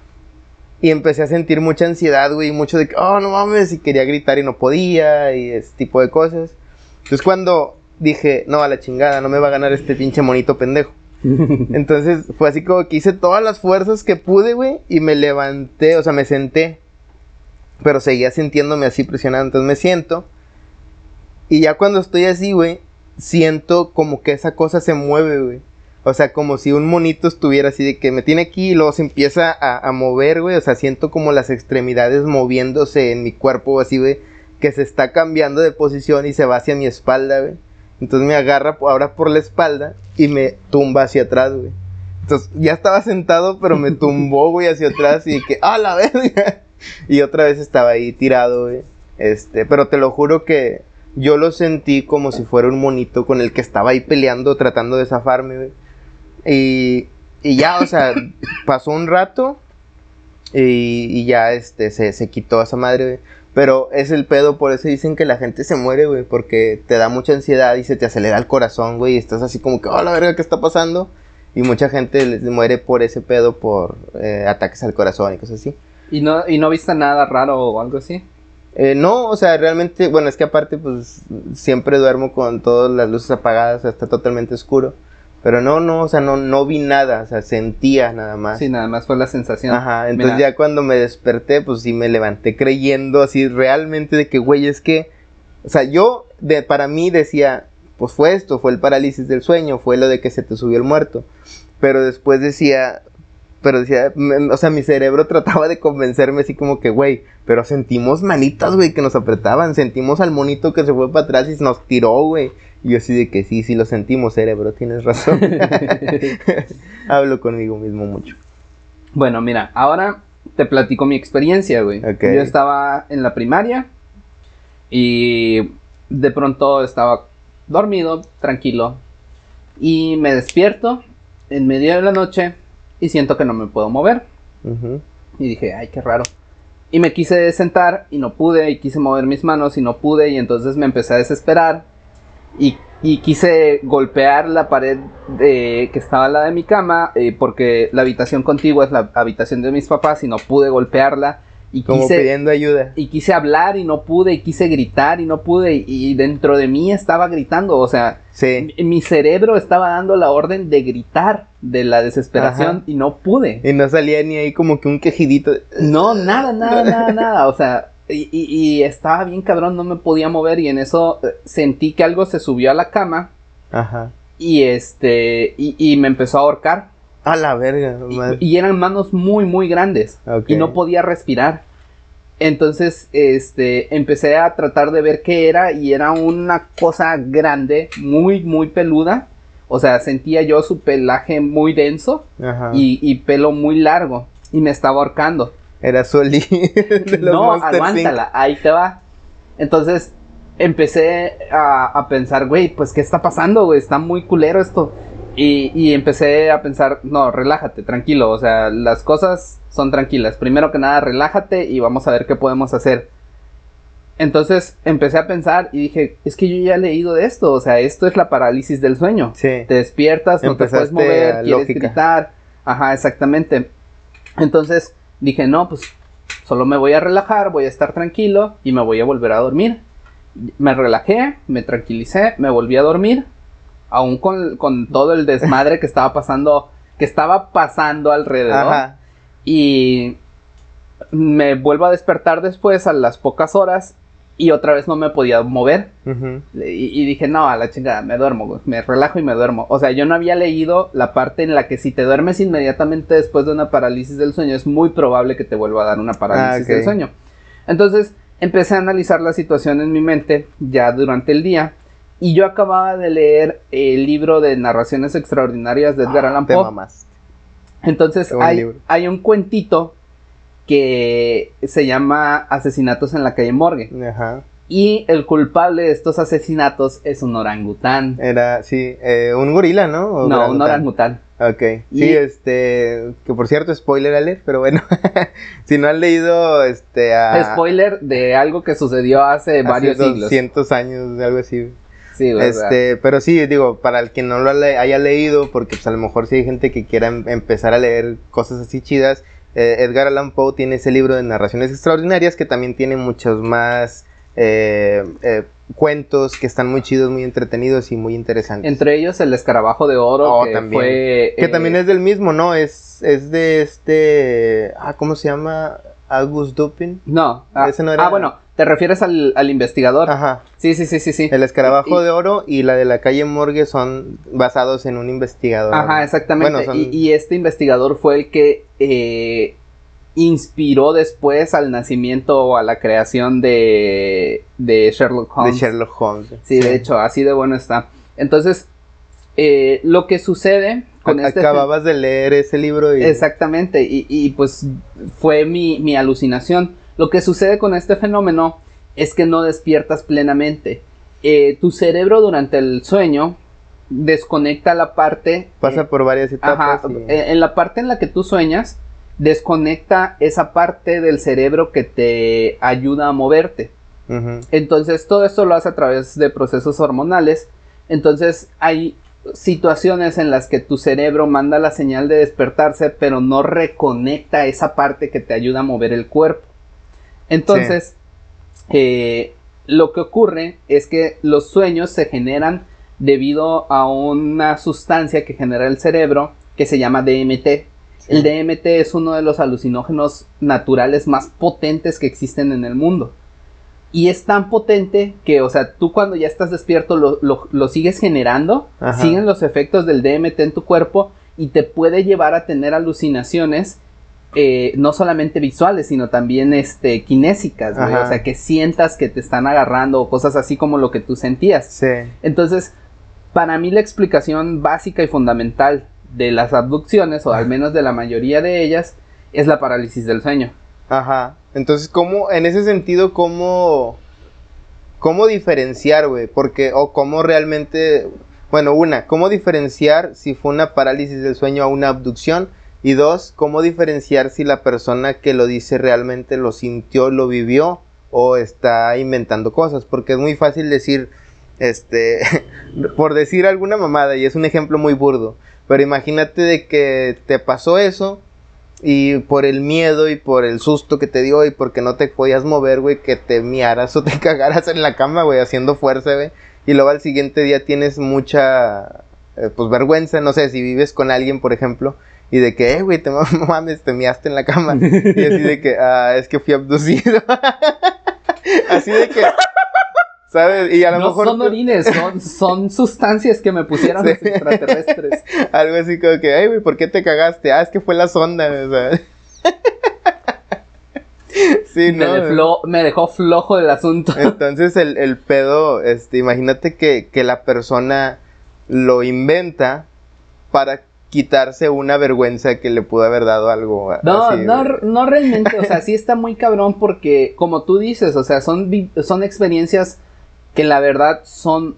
Y empecé a sentir mucha ansiedad, güey, mucho de que, oh, no mames, y quería gritar y no podía, y ese tipo de cosas. Entonces cuando dije, no, a la chingada, no me va a ganar este pinche monito pendejo. Entonces fue así como que hice todas las fuerzas que pude, güey, y me levanté, o sea, me senté. Pero seguía sintiéndome así presionado, entonces me siento. Y ya cuando estoy así, güey, siento como que esa cosa se mueve, güey. O sea, como si un monito estuviera así de que me tiene aquí y luego se empieza a, a mover, güey. O sea, siento como las extremidades moviéndose en mi cuerpo, así, güey, que se está cambiando de posición y se va hacia mi espalda, güey. Entonces me agarra ahora por la espalda y me tumba hacia atrás, güey. Entonces ya estaba sentado, pero me tumbó, güey, hacia atrás y de que, ¡ah, la verga! Y otra vez estaba ahí tirado, güey. Este, pero te lo juro que yo lo sentí como si fuera un monito con el que estaba ahí peleando, tratando de zafarme, güey. Y, y ya, o sea, pasó un rato y, y ya este, se, se quitó esa madre, güey. Pero es el pedo, por eso dicen que la gente se muere, güey, porque te da mucha ansiedad y se te acelera el corazón, güey, y estás así como que, oh, la verga, ¿qué está pasando? Y mucha gente les muere por ese pedo, por eh, ataques al corazón y cosas así. ¿Y no, ¿Y no viste nada raro o algo así? Eh, no, o sea, realmente, bueno, es que aparte, pues, siempre duermo con todas las luces apagadas, o sea, está totalmente oscuro. Pero no, no, o sea, no, no vi nada, o sea, sentía nada más. Sí, nada más fue la sensación. Ajá, entonces Mira. Ya cuando me desperté, pues sí me levanté creyendo así realmente de que, güey, es que, o sea, yo, de, para mí decía, pues fue esto, fue el parálisis del sueño, fue lo de que se te subió el muerto. Pero después decía, pero decía, me, o sea, mi cerebro trataba de convencerme así como que, güey, pero sentimos manitas, güey, que nos apretaban, sentimos al monito que se fue para atrás y nos tiró, güey. Y yo así de que sí, sí lo sentimos, cerebro, tienes razón. Hablo conmigo mismo mucho. Bueno, mira, ahora te platico mi experiencia, güey. Okay. Yo estaba en la primaria y de pronto estaba dormido, tranquilo, y me despierto en medio de la noche y siento que no me puedo mover. Uh-huh. Y dije, ay, qué raro. Y me quise sentar y no pude, y quise mover mis manos y no pude, y entonces me empecé a desesperar. Y, y quise golpear la pared de, que estaba al lado de mi cama, eh, porque la habitación contigua es la habitación de mis papás y no pude golpearla. Y Como quise, pidiendo ayuda. Y quise hablar y no pude, y quise gritar y no pude, y, y dentro de mí estaba gritando, o sea, sí. mi, mi cerebro estaba dando la orden de gritar de la desesperación. Ajá. Y no pude. Y no salía ni ahí como que un quejidito. No, nada, nada, nada, nada, o sea... Y, y, y estaba bien cabrón, no me podía mover y en eso eh, sentí que algo se subió a la cama. Ajá. Y este, y, y me empezó a ahorcar. A la verga, madre. Y, y eran manos muy, muy grandes. Okay. Y no podía respirar. Entonces, este, empecé a tratar de ver qué era y era una cosa grande, muy, muy peluda. O sea, sentía yo su pelaje muy denso. Ajá. Y, y pelo muy largo y me estaba ahorcando. Era Soli. No, aguántala, Inc Ahí te va. Entonces empecé a, a pensar, güey, pues ¿qué está pasando, güey? Está muy culero esto. Y, y empecé a pensar, no, relájate, tranquilo. O sea, las cosas son tranquilas. Primero que nada, relájate y vamos a ver qué podemos hacer. Entonces empecé a pensar y dije, es que yo ya he leído de esto. O sea, esto es la parálisis del sueño. Sí. Te despiertas, no Empezaste te puedes mover, quieres lógica. gritar. Ajá, exactamente. Entonces... dije, no, pues solo me voy a relajar, voy a estar tranquilo y me voy a volver a dormir. Me relajé, me tranquilicé, me volví a dormir, aún con, con todo el desmadre que estaba pasando, que estaba pasando alrededor. Ajá. Y me vuelvo a despertar después a las pocas horas y otra vez no me podía mover. Uh-huh. y, y dije, no, a la chingada, me duermo, güey. Me relajo y me duermo. O sea, yo no había leído la parte en la que si te duermes inmediatamente después de una parálisis del sueño, es muy probable que te vuelva a dar una parálisis ah, okay. del sueño. Entonces, empecé a analizar la situación en mi mente ya durante el día. Y yo acababa de leer el libro de Narraciones Extraordinarias de Edgar ah, Allan Poe. Te mamás. Entonces, hay, hay un cuentito que se llama Asesinatos en la calle Morgue. Ajá. Y el culpable de estos asesinatos es un orangután. Era, sí, eh, un gorila, ¿no? ¿O no, orangután? Un orangután. Ok. Y... sí, este, que por cierto, spoiler alert, pero bueno, si no han leído, este... A... spoiler de algo que sucedió hace, hace varios siglos. doscientos años, algo así. Sí, güey. Este, pero sí, digo, para el que no lo haya leído, porque pues a lo mejor si hay gente que quiera em- empezar a leer cosas así chidas, eh, Edgar Allan Poe tiene ese libro de Narraciones Extraordinarias que también tiene muchos más eh, eh, cuentos que están muy chidos, muy entretenidos y muy interesantes. Entre ellos El Escarabajo de Oro, oh, que también. fue... Que eh... también es del mismo, ¿no? Es, es de este... Ah, ¿cómo se llama? August Dupin. No. Ah, Ese no era... ah, bueno, ¿Te refieres al, al investigador? Ajá. Sí, sí, sí, sí, sí. El escarabajo y, de oro y la de la calle Morgue son basados en un investigador. Ajá, exactamente. Bueno, son... y, y este investigador fue el que eh, inspiró después al nacimiento o a la creación de, de Sherlock Holmes. De Sherlock Holmes. Sí, sí, de hecho, así de bueno está. Entonces, eh, lo que sucede con A- este... Acababas de leer ese libro y... Exactamente, y, y pues fue mi, mi alucinación. Lo que sucede con este fenómeno es que no despiertas plenamente. Eh, tu cerebro durante el sueño desconecta la parte... Pasa eh, por varias etapas. Ajá, y... en la parte en la que tú sueñas, desconecta esa parte del cerebro que te ayuda a moverte. Uh-huh. Entonces todo esto lo hace a través de procesos hormonales. Entonces hay situaciones en las que tu cerebro manda la señal de despertarse, pero no reconecta esa parte que te ayuda a mover el cuerpo. Entonces, sí. eh, lo que ocurre es que los sueños se generan debido a una sustancia que genera el cerebro que se llama D M T. Sí. El D M T es uno de los alucinógenos naturales más potentes que existen en el mundo. Y es tan potente que, o sea, tú cuando ya estás despierto lo, lo, lo sigues generando, Ajá. siguen los efectos del D M T en tu cuerpo y te puede llevar a tener alucinaciones, eh, no solamente visuales, sino también este, kinésicas, güey. O sea, que sientas que te están agarrando o cosas así como lo que tú sentías. Sí. Entonces, para mí la explicación básica y fundamental de las abducciones, o al menos de la mayoría de ellas, es la parálisis del sueño. Ajá. Entonces, ¿cómo, en ese sentido, cómo, cómo diferenciar, güey? Porque, o cómo realmente, bueno, una, ¿cómo diferenciar si fue una parálisis del sueño a una abducción? Y dos, ¿cómo diferenciar si la persona que lo dice realmente lo sintió, lo vivió o está inventando cosas? Porque es muy fácil decir, este, por decir alguna mamada, y es un ejemplo muy burdo, pero imagínate de que te pasó eso y por el miedo y por el susto que te dio y porque no te podías mover, güey, que te miaras o te cagaras en la cama, güey, haciendo fuerza, güey, y luego al siguiente día tienes mucha, eh, pues, vergüenza, no sé, si vives con alguien, por ejemplo, y de que, eh, güey, te mames, te miaste en la cama, y así de que, ah, es que fui abducido, así de que... ¿Sabes? Y a lo no mejor... son orines, son, son sustancias que me pusieron sí. los extraterrestres. Algo así como que, ay, güey, ¿por qué te cagaste? Ah, es que fue la sonda, o sea. Sí, me, ¿no? Deflo, me dejó flojo el asunto. Entonces, el, el pedo, este, imagínate que, que la persona lo inventa para quitarse una vergüenza que le pudo haber dado algo no, así. No, no, no realmente, o sea, sí está muy cabrón porque, como tú dices, o sea, son, son experiencias que la verdad son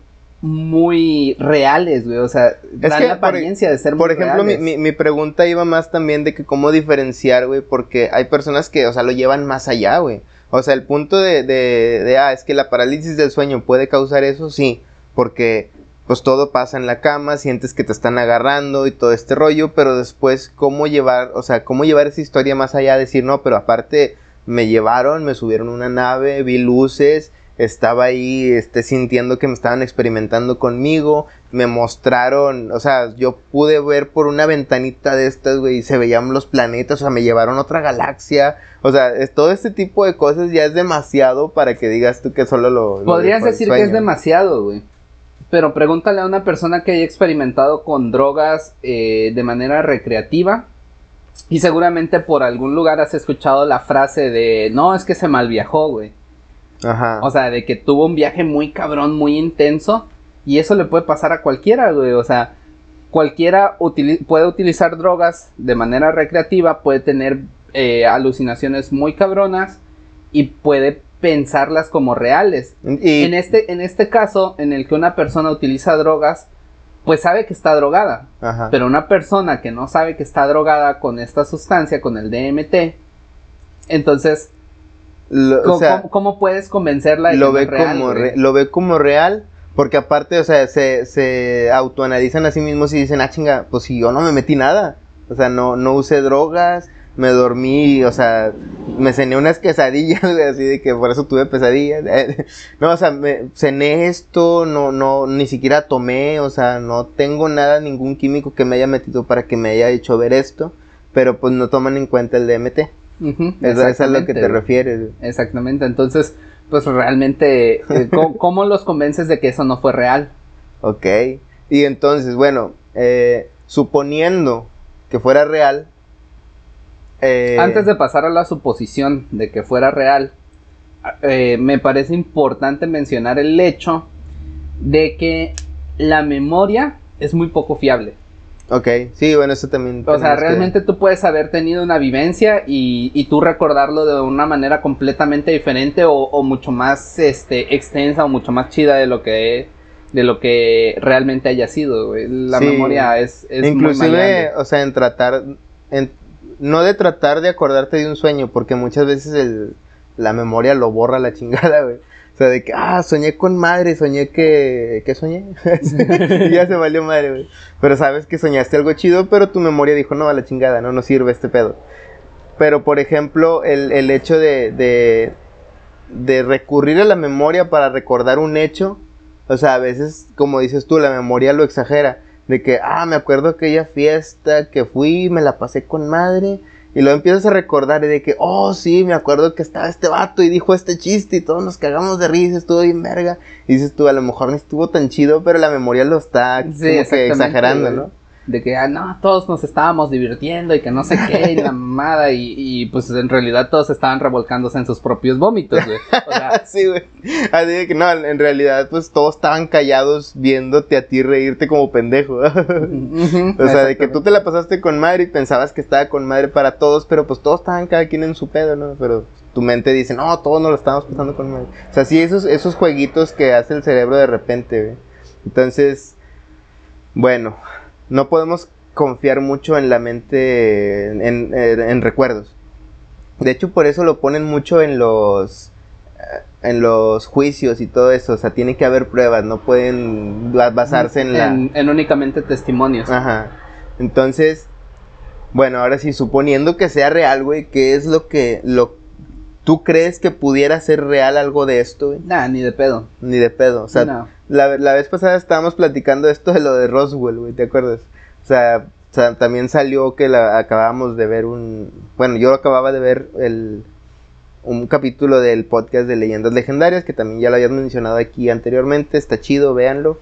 muy reales, güey, o sea, dan es que, la apariencia por, de ser muy Por ejemplo, mi, mi, mi pregunta iba más también de que cómo diferenciar, güey, porque hay personas que, o sea, lo llevan más allá, güey. O sea, el punto de, de, de, ah, es que la parálisis del sueño puede causar eso, sí, porque, pues, todo pasa en la cama, sientes que te están agarrando y todo este rollo, pero después, ¿cómo llevar, o sea, cómo llevar esa historia más allá? Decir, no, pero aparte, me llevaron, me subieron a una nave, vi luces... Estaba ahí este, sintiendo que me estaban experimentando conmigo. Me mostraron, o sea, yo pude ver por una ventanita de estas, güey, y se veían los planetas, o sea, me llevaron a otra galaxia. O sea, es, todo este tipo de cosas ya es demasiado para que digas tú que solo lo... lo Podrías decir que es demasiado, güey. Pero pregúntale a una persona que haya experimentado con drogas eh, de manera recreativa. Y seguramente por algún lugar has escuchado la frase de, no, es que se malviajó, güey. Ajá. O sea, de que tuvo un viaje muy cabrón, muy intenso. Y eso le puede pasar a cualquiera, güey. O sea, cualquiera utili- puede utilizar drogas de manera recreativa. Puede tener eh, alucinaciones muy cabronas. Y puede pensarlas como reales. Y... En, este, en este caso, en el que una persona utiliza drogas, pues sabe que está drogada. Ajá. Pero una persona que no sabe que está drogada con esta sustancia, con el D M T, entonces... Lo, ¿Cómo, o sea, ¿cómo, ¿Cómo puedes convencerla de lo que ve es real, como re, lo ve como real, porque aparte, o sea, se, se autoanalizan a sí mismos y dicen, ah, chinga, pues si yo no me metí nada, o sea, no, no usé drogas, me dormí, o sea, me cené unas quesadillas, güey, así de que por eso tuve pesadillas, no, o sea, me cené esto, no, no, ni siquiera tomé, o sea, no tengo nada, ningún químico que me haya metido para que me haya hecho ver esto, pero pues no toman en cuenta el D M T. Uh-huh, Eso, eso es a lo que te refieres. Exactamente, entonces, pues realmente, eh, ¿cómo, ¿cómo los convences de que eso no fue real? Ok, y entonces, bueno, eh, suponiendo que fuera real... Eh... Antes de pasar a la suposición de que fuera real, eh, me parece importante mencionar el hecho de que la memoria es muy poco fiable. Ok, sí, bueno, eso también... O sea, realmente que... tú puedes haber tenido una vivencia y, y tú recordarlo de una manera completamente diferente o, o mucho más este, extensa o mucho más chida de lo que, de lo que realmente haya sido. La sí, memoria es, es inclusive, muy maleable. O sea, en tratar... En, no de tratar de acordarte de un sueño, porque muchas veces el, la memoria lo borra la chingada, güey. O sea, de que, ah, soñé con madre, soñé que... ¿Qué soñé? Y ya se valió madre, güey. Pero sabes que soñaste algo chido, pero tu memoria dijo, no, a la chingada, no, no sirve este pedo. Pero, por ejemplo, el, el hecho de, de, de recurrir a la memoria para recordar un hecho, o sea, a veces, como dices tú, la memoria lo exagera. De que, ah, me acuerdo aquella fiesta que fui, me la pasé con madre... Y luego empiezas a recordar y de que, oh, sí, me acuerdo que estaba este vato y dijo este chiste y todos nos cagamos de risa, estuvo bien verga. Y dices tú, a lo mejor no estuvo tan chido, pero la memoria lo está sí, como que exagerando, ¿no? De que, ah, no, todos nos estábamos divirtiendo y que no sé qué, y la mamada, y, y pues en realidad todos estaban revolcándose en sus propios vómitos, güey. O sea, sí, güey. Así de que no, en realidad, pues todos estaban callados viéndote a ti reírte como pendejo. Uh-huh, o sea, de que tú te la pasaste con madre y pensabas que estaba con madre para todos, pero pues todos estaban cada quien en su pedo, ¿no? Pero tu mente dice, no, todos nos lo estamos pasando con madre. O sea, sí, esos, esos jueguitos que hace el cerebro de repente, güey. Entonces, bueno. No podemos confiar mucho en la mente, en, en, en recuerdos. De hecho, por eso lo ponen mucho en los, en los juicios y todo eso. O sea, tiene que haber pruebas, no pueden basarse en la... En, en únicamente testimonios. Ajá. Entonces, bueno, ahora sí, suponiendo que sea real, güey, ¿qué es lo que... Lo, ¿tú crees que pudiera ser real algo de esto, güey? Nah, ni de pedo. Ni de pedo, o sea... No. La, la vez pasada estábamos platicando esto de lo de Roswell, güey, ¿te acuerdas? O sea, o sea, también salió que la, acabábamos de ver un... Bueno, yo acababa de ver el, un capítulo del podcast de Leyendas Legendarias, que también ya lo habías mencionado aquí anteriormente, está chido, véanlo.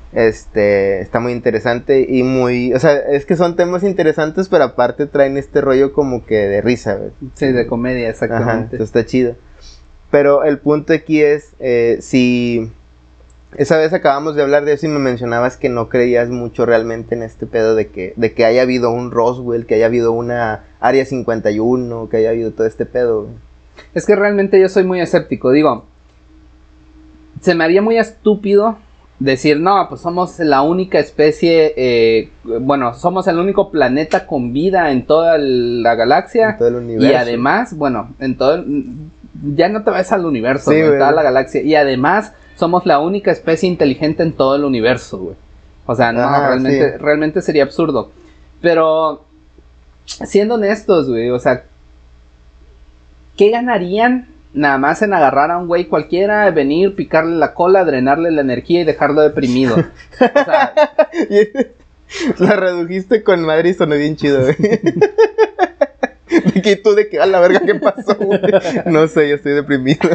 Este, está muy interesante y muy... O sea, es que son temas interesantes, pero aparte traen este rollo como que de risa, güey. Sí, de comedia, exactamente. Ajá, entonces está chido. Pero el punto aquí es, eh, si... Esa vez acabamos de hablar de eso y me mencionabas que no creías mucho realmente en este pedo de que, de que haya habido un Roswell, que haya habido una Área cincuenta y uno, que haya habido todo este pedo, güey. Es que realmente yo soy muy escéptico, digo, se me haría muy estúpido decir, no, pues somos la única especie, eh, bueno, somos el único planeta con vida en toda la galaxia. En todo el universo. Y además, bueno, en todo el, ya no te vas al universo, sí, güey, en toda la galaxia. Y además... somos la única especie inteligente en todo el universo, güey. O sea, no, ah, realmente, sí. realmente sería absurdo. Pero, siendo honestos, güey, o sea, ¿qué ganarían nada más en agarrar a un güey cualquiera, venir, picarle la cola, drenarle la energía y dejarlo deprimido? O sea... la redujiste con madre y sonó bien chido, güey. ¿De que tú de que, a la verga, qué pasó, güey? No sé, yo estoy deprimido.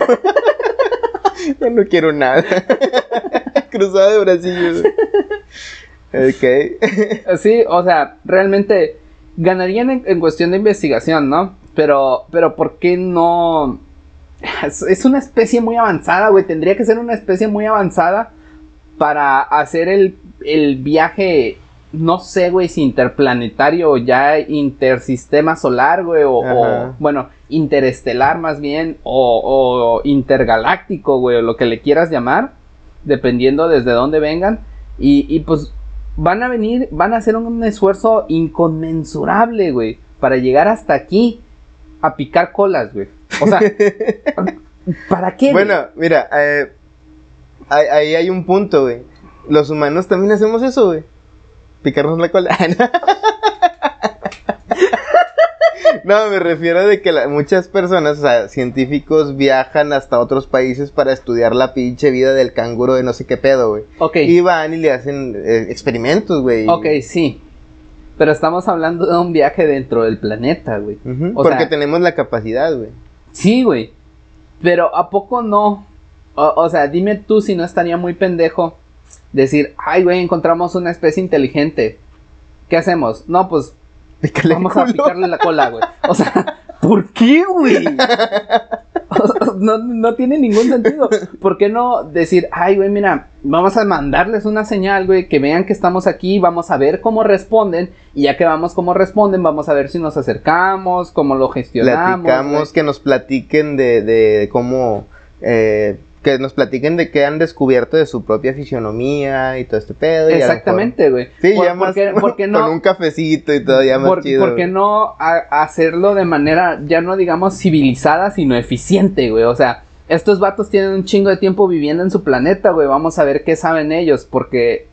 Yo no quiero nada. Cruzado de brazillos. Ok. Sí, o sea, realmente ganarían en, en cuestión de investigación, ¿no? Pero, pero ¿por qué no? Es, es una especie muy avanzada, güey. Tendría que ser una especie muy avanzada para hacer el, el viaje, no sé, güey, si interplanetario o ya intersistema solar, güey, o, o, bueno, interestelar más bien, o, o intergaláctico, güey, o lo que le quieras llamar, dependiendo desde dónde vengan, y, y pues van a venir, van a hacer un esfuerzo inconmensurable, güey, para llegar hasta aquí a picar colas, güey. O sea, ¿para qué, Bueno, güey? Mira, eh, ahí, ahí hay un punto, güey. Los humanos también hacemos eso, güey. Picarnos la cola. No, me refiero de que la, muchas personas, o sea, científicos viajan hasta otros países para estudiar la pinche vida del canguro de no sé qué pedo, güey. Ok. Y van y le hacen eh, experimentos, güey. Ok, sí. Pero estamos hablando de un viaje dentro del planeta, güey. Uh-huh, porque sea, tenemos la capacidad, güey. Sí, güey. Pero ¿a poco no? O, o sea, dime tú si no estaría muy pendejo decir, ay, güey, encontramos una especie inteligente. ¿Qué hacemos? No, pues Pícale vamos culo. a picarle la cola, güey. O sea, ¿por qué, güey? O sea, no, no tiene ningún sentido. ¿Por qué no decir, ay, güey, mira, vamos a mandarles una señal, güey, que vean que estamos aquí, vamos a ver cómo responden, y ya que vamos cómo responden, vamos a ver si nos acercamos, cómo lo gestionamos. Platicamos, güey. que nos platiquen de, de cómo, eh, que nos platiquen de qué han descubierto de su propia fisionomía y todo este pedo. Y Exactamente, güey. Sí, Por, ya más, porque, porque no, con un cafecito y todo, ya más por, chido. ¿Por qué no a, hacerlo de manera, ya no digamos civilizada, sino eficiente, güey? O sea, estos vatos tienen un chingo de tiempo viviendo en su planeta, güey. Vamos a ver qué saben ellos, porque,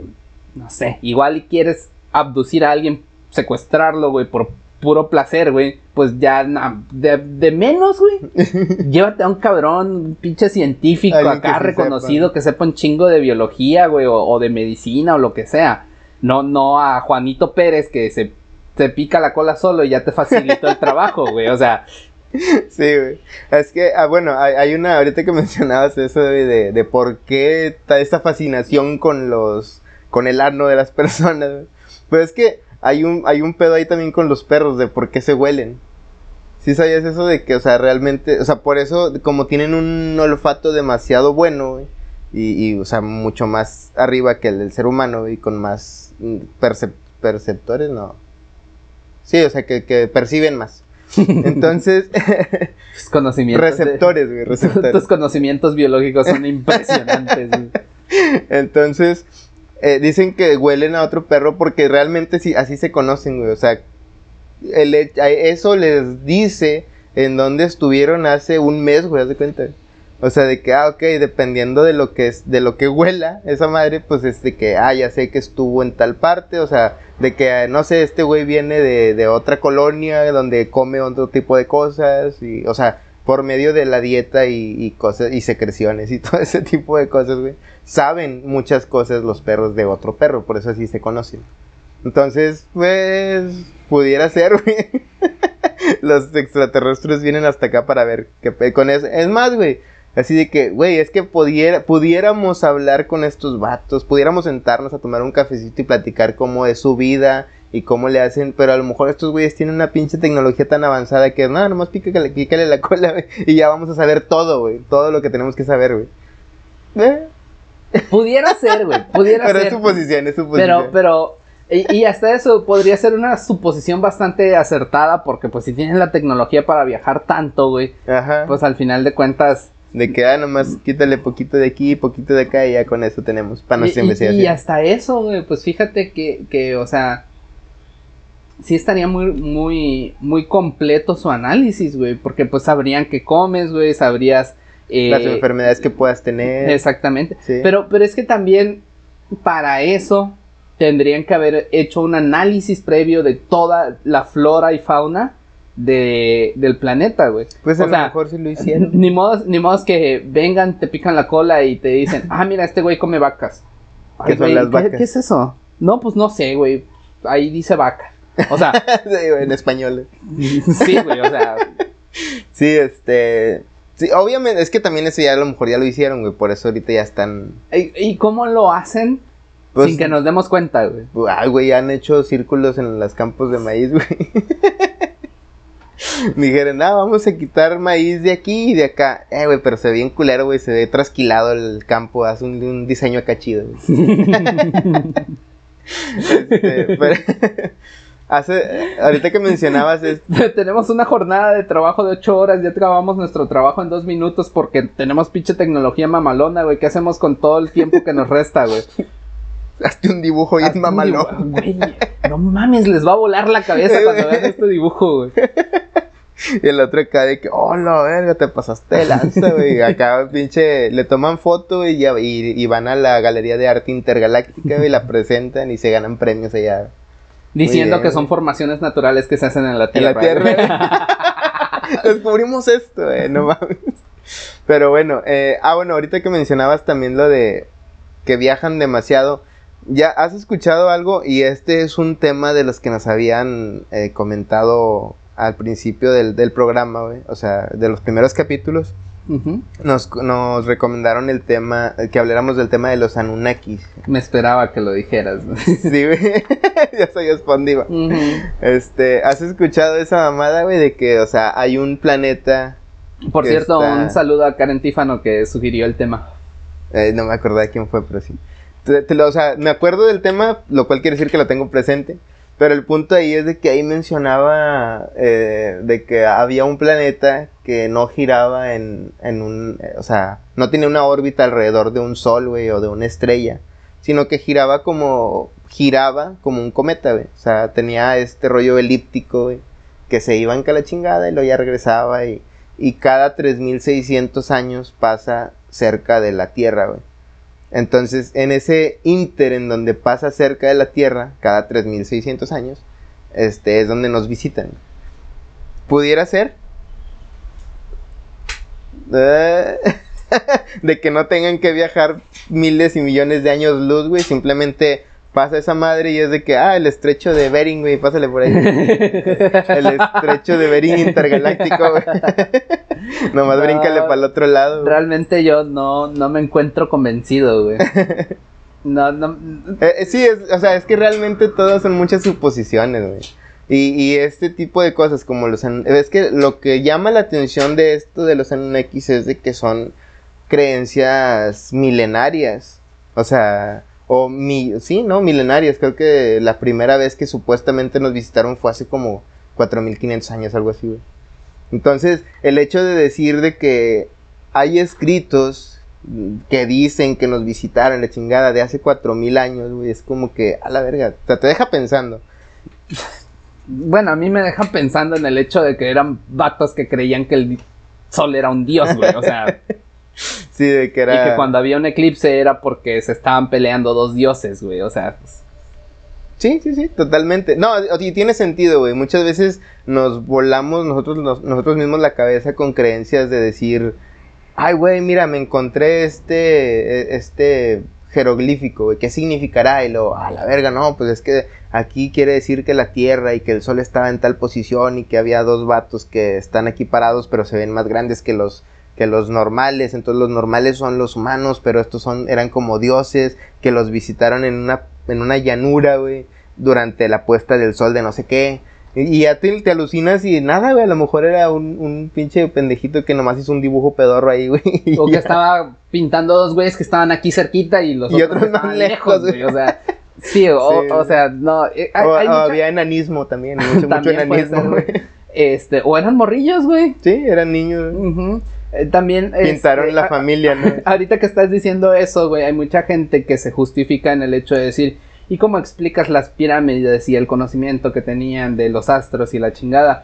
no sé, igual y quieres abducir a alguien, secuestrarlo, güey, por puro placer, güey. Pues ya, na, de, de menos, güey. Llévate a un cabrón, un pinche científico Alguien acá que sí reconocido, sepa. que sepa un chingo de biología, güey, o, o de medicina o lo que sea. No, no a Juanito Pérez que se, se pica la cola solo y ya te facilitó el trabajo, güey. O sea, Sí, güey. Es que, ah, bueno, hay, hay una, ahorita que mencionabas eso de, de, de por qué está esta fascinación con los, con el ano de las personas, güey. Pues es que hay un, hay un pedo ahí también con los perros de por qué se huelen. ¿Sí sabías eso de que, o sea, realmente, o sea, por eso, como tienen un olfato demasiado bueno, güey, y, y, o sea, mucho más arriba que el del ser humano, güey, y con más mm, percep- perceptores, no. Sí, o sea, que, que perciben más. Entonces, tus conocimientos. receptores, güey, de, receptores. tus conocimientos biológicos son impresionantes, güey. Entonces, eh, dicen que huelen a otro perro porque realmente sí, así se conocen, güey. O sea, el, eso les dice en dónde estuvieron hace un mes, güey, haz de cuenta. O sea, de que, ah, ok, dependiendo de lo que es, de lo que huela esa madre, pues es de que, ah, ya sé que estuvo en tal parte, o sea, de que, no sé, este güey viene de, de otra colonia donde come otro tipo de cosas, y, o sea, por medio de la dieta y, y cosas, y secreciones y todo ese tipo de cosas, güey, saben muchas cosas los perros de otro perro, por eso así se conocen. Entonces, pues, pudiera ser, güey. Los extraterrestres vienen hasta acá para ver qué pe- con eso. Es más, güey, así de que, güey, es que pudiera, pudiéramos hablar con estos vatos, pudiéramos sentarnos a tomar un cafecito y platicar cómo es su vida y cómo le hacen, pero a lo mejor estos güeyes tienen una pinche tecnología tan avanzada que, no, nomás pícale, pícale la cola, güey, y ya vamos a saber todo, güey, todo lo que tenemos que saber, güey. ¿Eh? Pudiera ser, güey, pudiera Pero ser. es suposición, es suposición. Pero, pero, y, y hasta eso podría ser una suposición bastante acertada, porque pues si tienen la tecnología para viajar tanto, güey, Ajá. pues al final de cuentas... De que, ah, nomás quítale poquito de aquí, poquito de acá y ya con eso tenemos para nuestra y, investigación. y hasta eso, güey, pues fíjate que, que, o sea, sí estaría muy, muy, muy completo su análisis, güey, porque pues sabrían qué comes, güey, sabrías... Eh, Las enfermedades que puedas tener. Exactamente. Sí. Pero, pero es que también para eso tendrían que haber hecho un análisis previo de toda la flora y fauna de, del planeta, güey. Pues O a lo sea, mejor sí lo hicieron. Ni modo, ni modo que vengan, te pican la cola y te dicen, ah, mira, este güey come vacas. ¿Qué Ay, son güey, las ¿qué- vacas? ¿Qué es eso? No, pues no sé, güey. Ahí dice vaca. O sea, Sí, güey, en español. sí, güey, o sea, Sí, este... Sí, obviamente, es que también eso ya a lo mejor ya lo hicieron, güey. Por eso ahorita ya están... ¿y, y cómo lo hacen Pues, sin que nos demos cuenta, güey? Ay, güey, han hecho círculos en los campos de maíz, güey. Dijeron, ah, vamos a quitar maíz de aquí y de acá. Eh, güey, pero se ve bien culero, güey. Se ve trasquilado el campo. Hace un, un diseño acá chido, güey. Este, pero... Hace... Ahorita que mencionabas... Es... Tenemos una jornada de trabajo de ocho horas, ya acabamos nuestro trabajo en dos minutos porque tenemos pinche tecnología mamalona, güey. ¿Qué hacemos con todo el tiempo que nos resta, güey? Hazte un dibujo bien Hazte un mamalón. dibujo, güey. No mames, les va a volar la cabeza cuando vean este dibujo, güey. Y el otro acá de que, oh, la verga, te pasaste de lanza, güey. Acá, pinche, le toman foto y, ya, y, y van a la Galería de Arte Intergaláctica, güey, la presentan y se ganan premios allá. Diciendo bien, que son güey. formaciones naturales que se hacen en la En Tierra. la Tierra. Descubrimos esto, güey, no mames. Pero bueno, eh, ah, bueno, ahorita que mencionabas también lo de que viajan demasiado. ¿Ya has escuchado algo? Y este es un tema de los que nos habían eh, comentado al principio del, del programa, güey. O sea, de los primeros capítulos. Uh-huh. nos, nos recomendaron el tema, que habláramos del tema de los Anunnakis. Me esperaba que lo dijeras. Sí, güey, ya soy espondiva. Uh-huh. Este, ¿has escuchado esa mamada, güey, de que, o sea, hay un planeta... Por cierto, está... un saludo a Karen Tífano que sugirió el tema. Eh, no me acordaba de quién fue, pero sí. Te, te lo, o sea, me acuerdo del tema, lo cual quiere decir que lo tengo presente. Pero el punto ahí es de que ahí mencionaba eh, de que había un planeta que no giraba en, en un... Eh, o sea, no tenía una órbita alrededor de un sol, güey, o de una estrella. Sino que giraba como... Giraba como un cometa, güey. O sea, tenía este rollo elíptico, güey. Que se iban que la chingada y luego ya regresaba. Y, y cada tres mil seiscientos años pasa cerca de la Tierra, güey. Entonces, en ese ínter en donde pasa cerca de la Tierra, cada tres mil seiscientos años, este, es donde nos visitan. ¿Pudiera ser? Uh, de que no tengan que viajar miles y millones de años luz, güey, simplemente pasa esa madre y es de que, ah, el estrecho de Bering, güey, pásale por ahí. El estrecho de Bering intergaláctico, güey. Nomás no, bríncale para el otro lado, güey. Realmente yo no, no me encuentro convencido, güey. No, no. Eh, sí, es, o sea, es que realmente todas son muchas suposiciones, güey. Y, y este tipo de cosas como los... Es que lo que llama la atención de esto de los Anunnakis es de que son creencias milenarias. O sea... O mi, sí, ¿no? Milenarias. Creo que la primera vez que supuestamente nos visitaron fue hace como cuatro mil quinientos años, algo así, güey. Entonces, el hecho de decir de que hay escritos que dicen que nos visitaron la chingada de hace cuatro mil años, güey, es como que, a la verga, te, te deja pensando. Bueno, a mí me deja pensando en el hecho de que eran vatos que creían que el sol era un dios, güey, o sea... Sí, de que era... Y que cuando había un eclipse era porque se estaban peleando dos dioses, güey, o sea... Pues... Sí, sí, sí, totalmente. No, y tiene sentido, güey. Muchas veces nos volamos nosotros, nos, nosotros mismos la cabeza con creencias de decir... Ay, güey, mira, me encontré este... Este jeroglífico, güey. ¿Qué significará? Y lo... A la verga, no, pues es que aquí quiere decir que la Tierra y que el Sol estaba en tal posición y que había dos vatos que están aquí parados pero se ven más grandes que los... que los normales, entonces los normales son los humanos, pero estos son, eran como dioses, que los visitaron en una, en una llanura, güey, durante la puesta del sol de no sé qué, y, y ya te, te alucinas y nada, güey, a lo mejor era un, un pinche pendejito que nomás hizo un dibujo pedorro ahí, güey. O que ya estaba pintando dos güeyes que estaban aquí cerquita y los y otros, otros más lejos, güey, o sea... Sí, o, sí, o sea, no... Eh, hay, o, hay o mucha... había enanismo también, mucho, mucho enanismo, güey. Este, o eran morrillos, güey. Sí, eran niños, güey. Uh-huh. Eh, también pintaron este, la a, familia, ¿no? Ahorita que estás diciendo eso, güey, hay mucha gente que se justifica en el hecho de decir, ¿y cómo explicas las pirámides y el conocimiento que tenían de los astros y la chingada?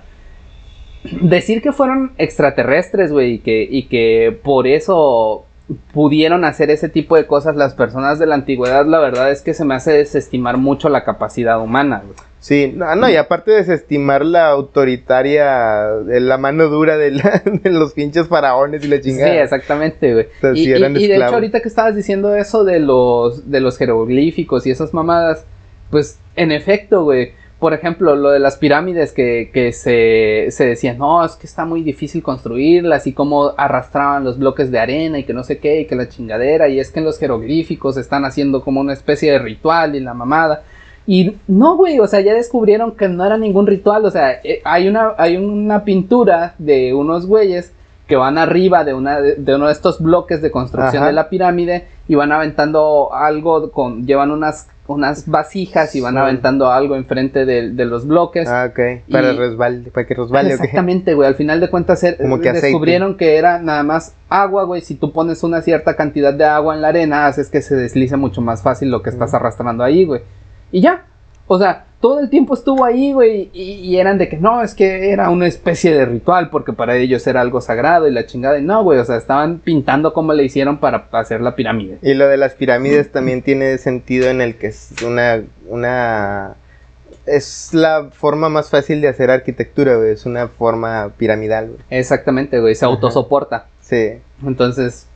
Decir que fueron extraterrestres, güey, y que, y que por eso pudieron hacer ese tipo de cosas las personas de la antigüedad, la verdad es que se me hace desestimar mucho la capacidad humana, güey. Sí, no, no, y aparte de desestimar la autoritaria, la mano dura de, la, de los pinches faraones y la chingada. Sí, exactamente, güey. O sea, y, sí eran y, y de esclavos. hecho, ahorita que estabas diciendo eso de los, de los jeroglíficos y esas mamadas, pues, en efecto, güey, por ejemplo, lo de las pirámides que, que se, se decían, no, es que está muy difícil construirlas y cómo arrastraban los bloques de arena y que no sé qué, y que la chingadera, y es que en los jeroglíficos están haciendo como una especie de ritual y la mamada. Y no, güey, o sea, ya descubrieron que no era ningún ritual, o sea, eh, hay una hay una pintura de unos güeyes que van arriba de una de, de uno de estos bloques de construcción Ajá. de la pirámide y van aventando algo, con llevan unas unas vasijas y van sí. aventando algo enfrente de, de los bloques. Ah, ok, para, y... resbal, para que resbale. Exactamente, güey, al final de cuentas er, Como que descubrieron aceite. Que era nada más agua, güey, si tú pones una cierta cantidad de agua en la arena, haces que se deslice mucho más fácil lo que estás mm. arrastrando ahí, güey. Y ya, o sea, todo el tiempo estuvo ahí, güey, y, y eran de que no, es que era una especie de ritual porque para ellos era algo sagrado y la chingada, y no, güey, o sea, estaban pintando cómo le hicieron para hacer la pirámide. Y lo de las pirámides también tiene sentido en el que es una, una, es la forma más fácil de hacer arquitectura, güey, es una forma piramidal, güey. Exactamente, güey, se autosoporta. Sí. Entonces...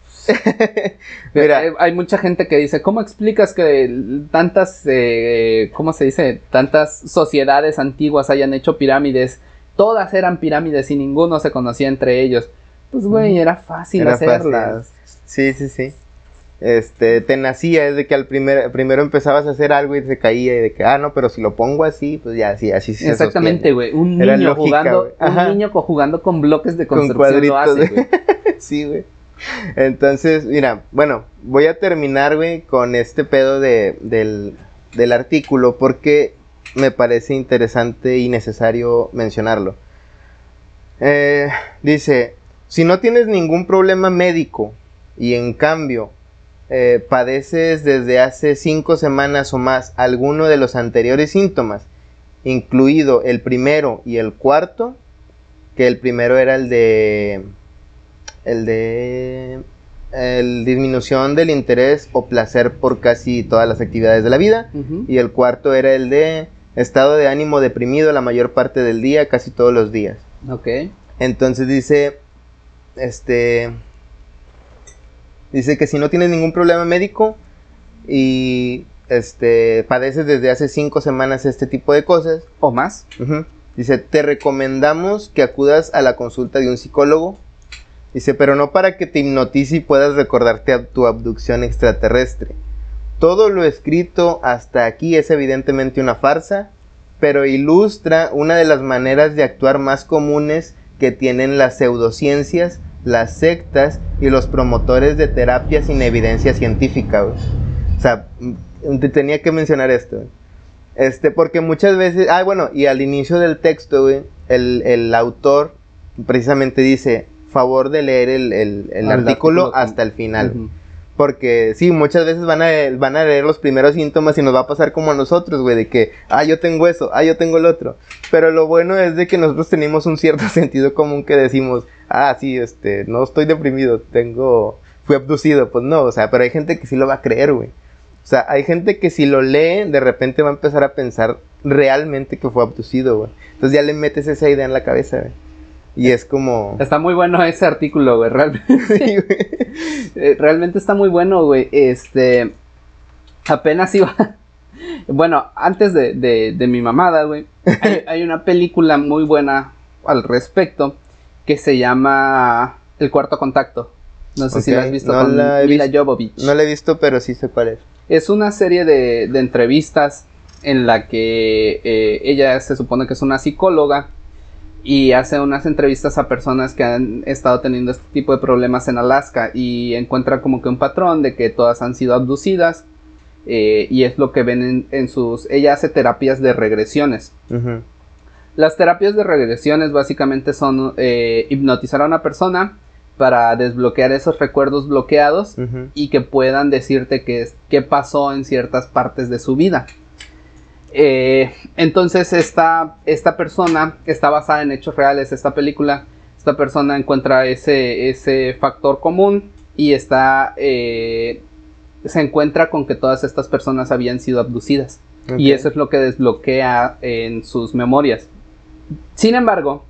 Mira, hay, hay mucha gente que dice, ¿cómo explicas que tantas, eh, ¿cómo se dice? Tantas sociedades antiguas hayan hecho pirámides? Todas eran pirámides y ninguno se conocía entre ellos. Pues, güey, era fácil era hacerlas. Fácil. Sí, sí, sí. Este, te nacía, es de que al primer, primero empezabas a hacer algo y se caía y de que, ah, no, pero si lo pongo así, pues ya, sí, así se Exactamente, güey, un niño lógica, jugando, un niño jugando con bloques de construcción lo hace, güey. Sí, güey. Entonces, mira, bueno, voy a terminar, güey, con este pedo de, del, del artículo porque me parece interesante y necesario mencionarlo. Eh, dice, si no tienes ningún problema médico y en cambio eh, padeces desde hace cinco semanas o más alguno de los anteriores síntomas, incluido el primero y el cuarto, que el primero era el de el de el disminución del interés o placer por casi todas las actividades de la vida, uh-huh. y el cuarto era el de estado de ánimo deprimido la mayor parte del día, casi todos los días. Okay. Entonces dice, este, dice que si no tienes ningún problema médico y este padeces desde hace cinco semanas este tipo de cosas o más, uh-huh, dice, te recomendamos que acudas a la consulta de un psicólogo. Dice, pero no para que te hipnotice y puedas recordarte a tu abducción extraterrestre. Todo lo escrito hasta aquí es evidentemente una farsa, pero ilustra una de las maneras de actuar más comunes que tienen las pseudociencias, las sectas y los promotores de terapias sin evidencia científica, güey. O sea, te tenía que mencionar esto, güey. Este, porque muchas veces, ah, bueno, y al inicio del texto, güey, el, el autor precisamente dice, favor de leer el, el, el, ah, artículo, el artículo hasta el final. Uh-huh. Porque sí, muchas veces van a, van a leer los primeros síntomas y nos va a pasar como a nosotros, güey, de que, ah, yo tengo eso, ah, yo tengo el otro. Pero lo bueno es de que nosotros tenemos un cierto sentido común que decimos, ah, sí, este, no estoy deprimido, tengo, fui abducido. Pues no, o sea, pero hay gente que sí lo va a creer, güey. O sea, hay gente que si lo lee, de repente va a empezar a pensar realmente que fue abducido, güey. Entonces ya le metes esa idea en la cabeza, güey. Y es como... Está muy bueno ese artículo, güey, realmente. Sí, güey. Realmente está muy bueno, güey. Este... Apenas iba... Bueno, antes de, de, de mi mamada, güey, hay, hay una película muy buena al respecto que se llama El Cuarto Contacto. No sé okay. si la has visto, no con la Mila visto, Jovovich. No la he visto, pero sí sé cuál es. Es una serie de, de entrevistas en la que eh, ella se supone que es una psicóloga y hace unas entrevistas a personas que han estado teniendo este tipo de problemas en Alaska y encuentra como que un patrón de que todas han sido abducidas, eh, y es lo que ven en, en sus... Ella hace terapias de regresiones. Uh-huh. Las terapias de regresiones básicamente son eh, hipnotizar a una persona para desbloquear esos recuerdos bloqueados, uh-huh. y que puedan decirte qué, qué pasó en ciertas partes de su vida. Eh, entonces esta, esta persona, que está basada en hechos reales, esta película, esta persona encuentra ese, ese factor común y está, eh, se encuentra con que todas estas personas habían sido abducidas. Okay. Y eso es lo que desbloquea en sus memorias. Sin embargo,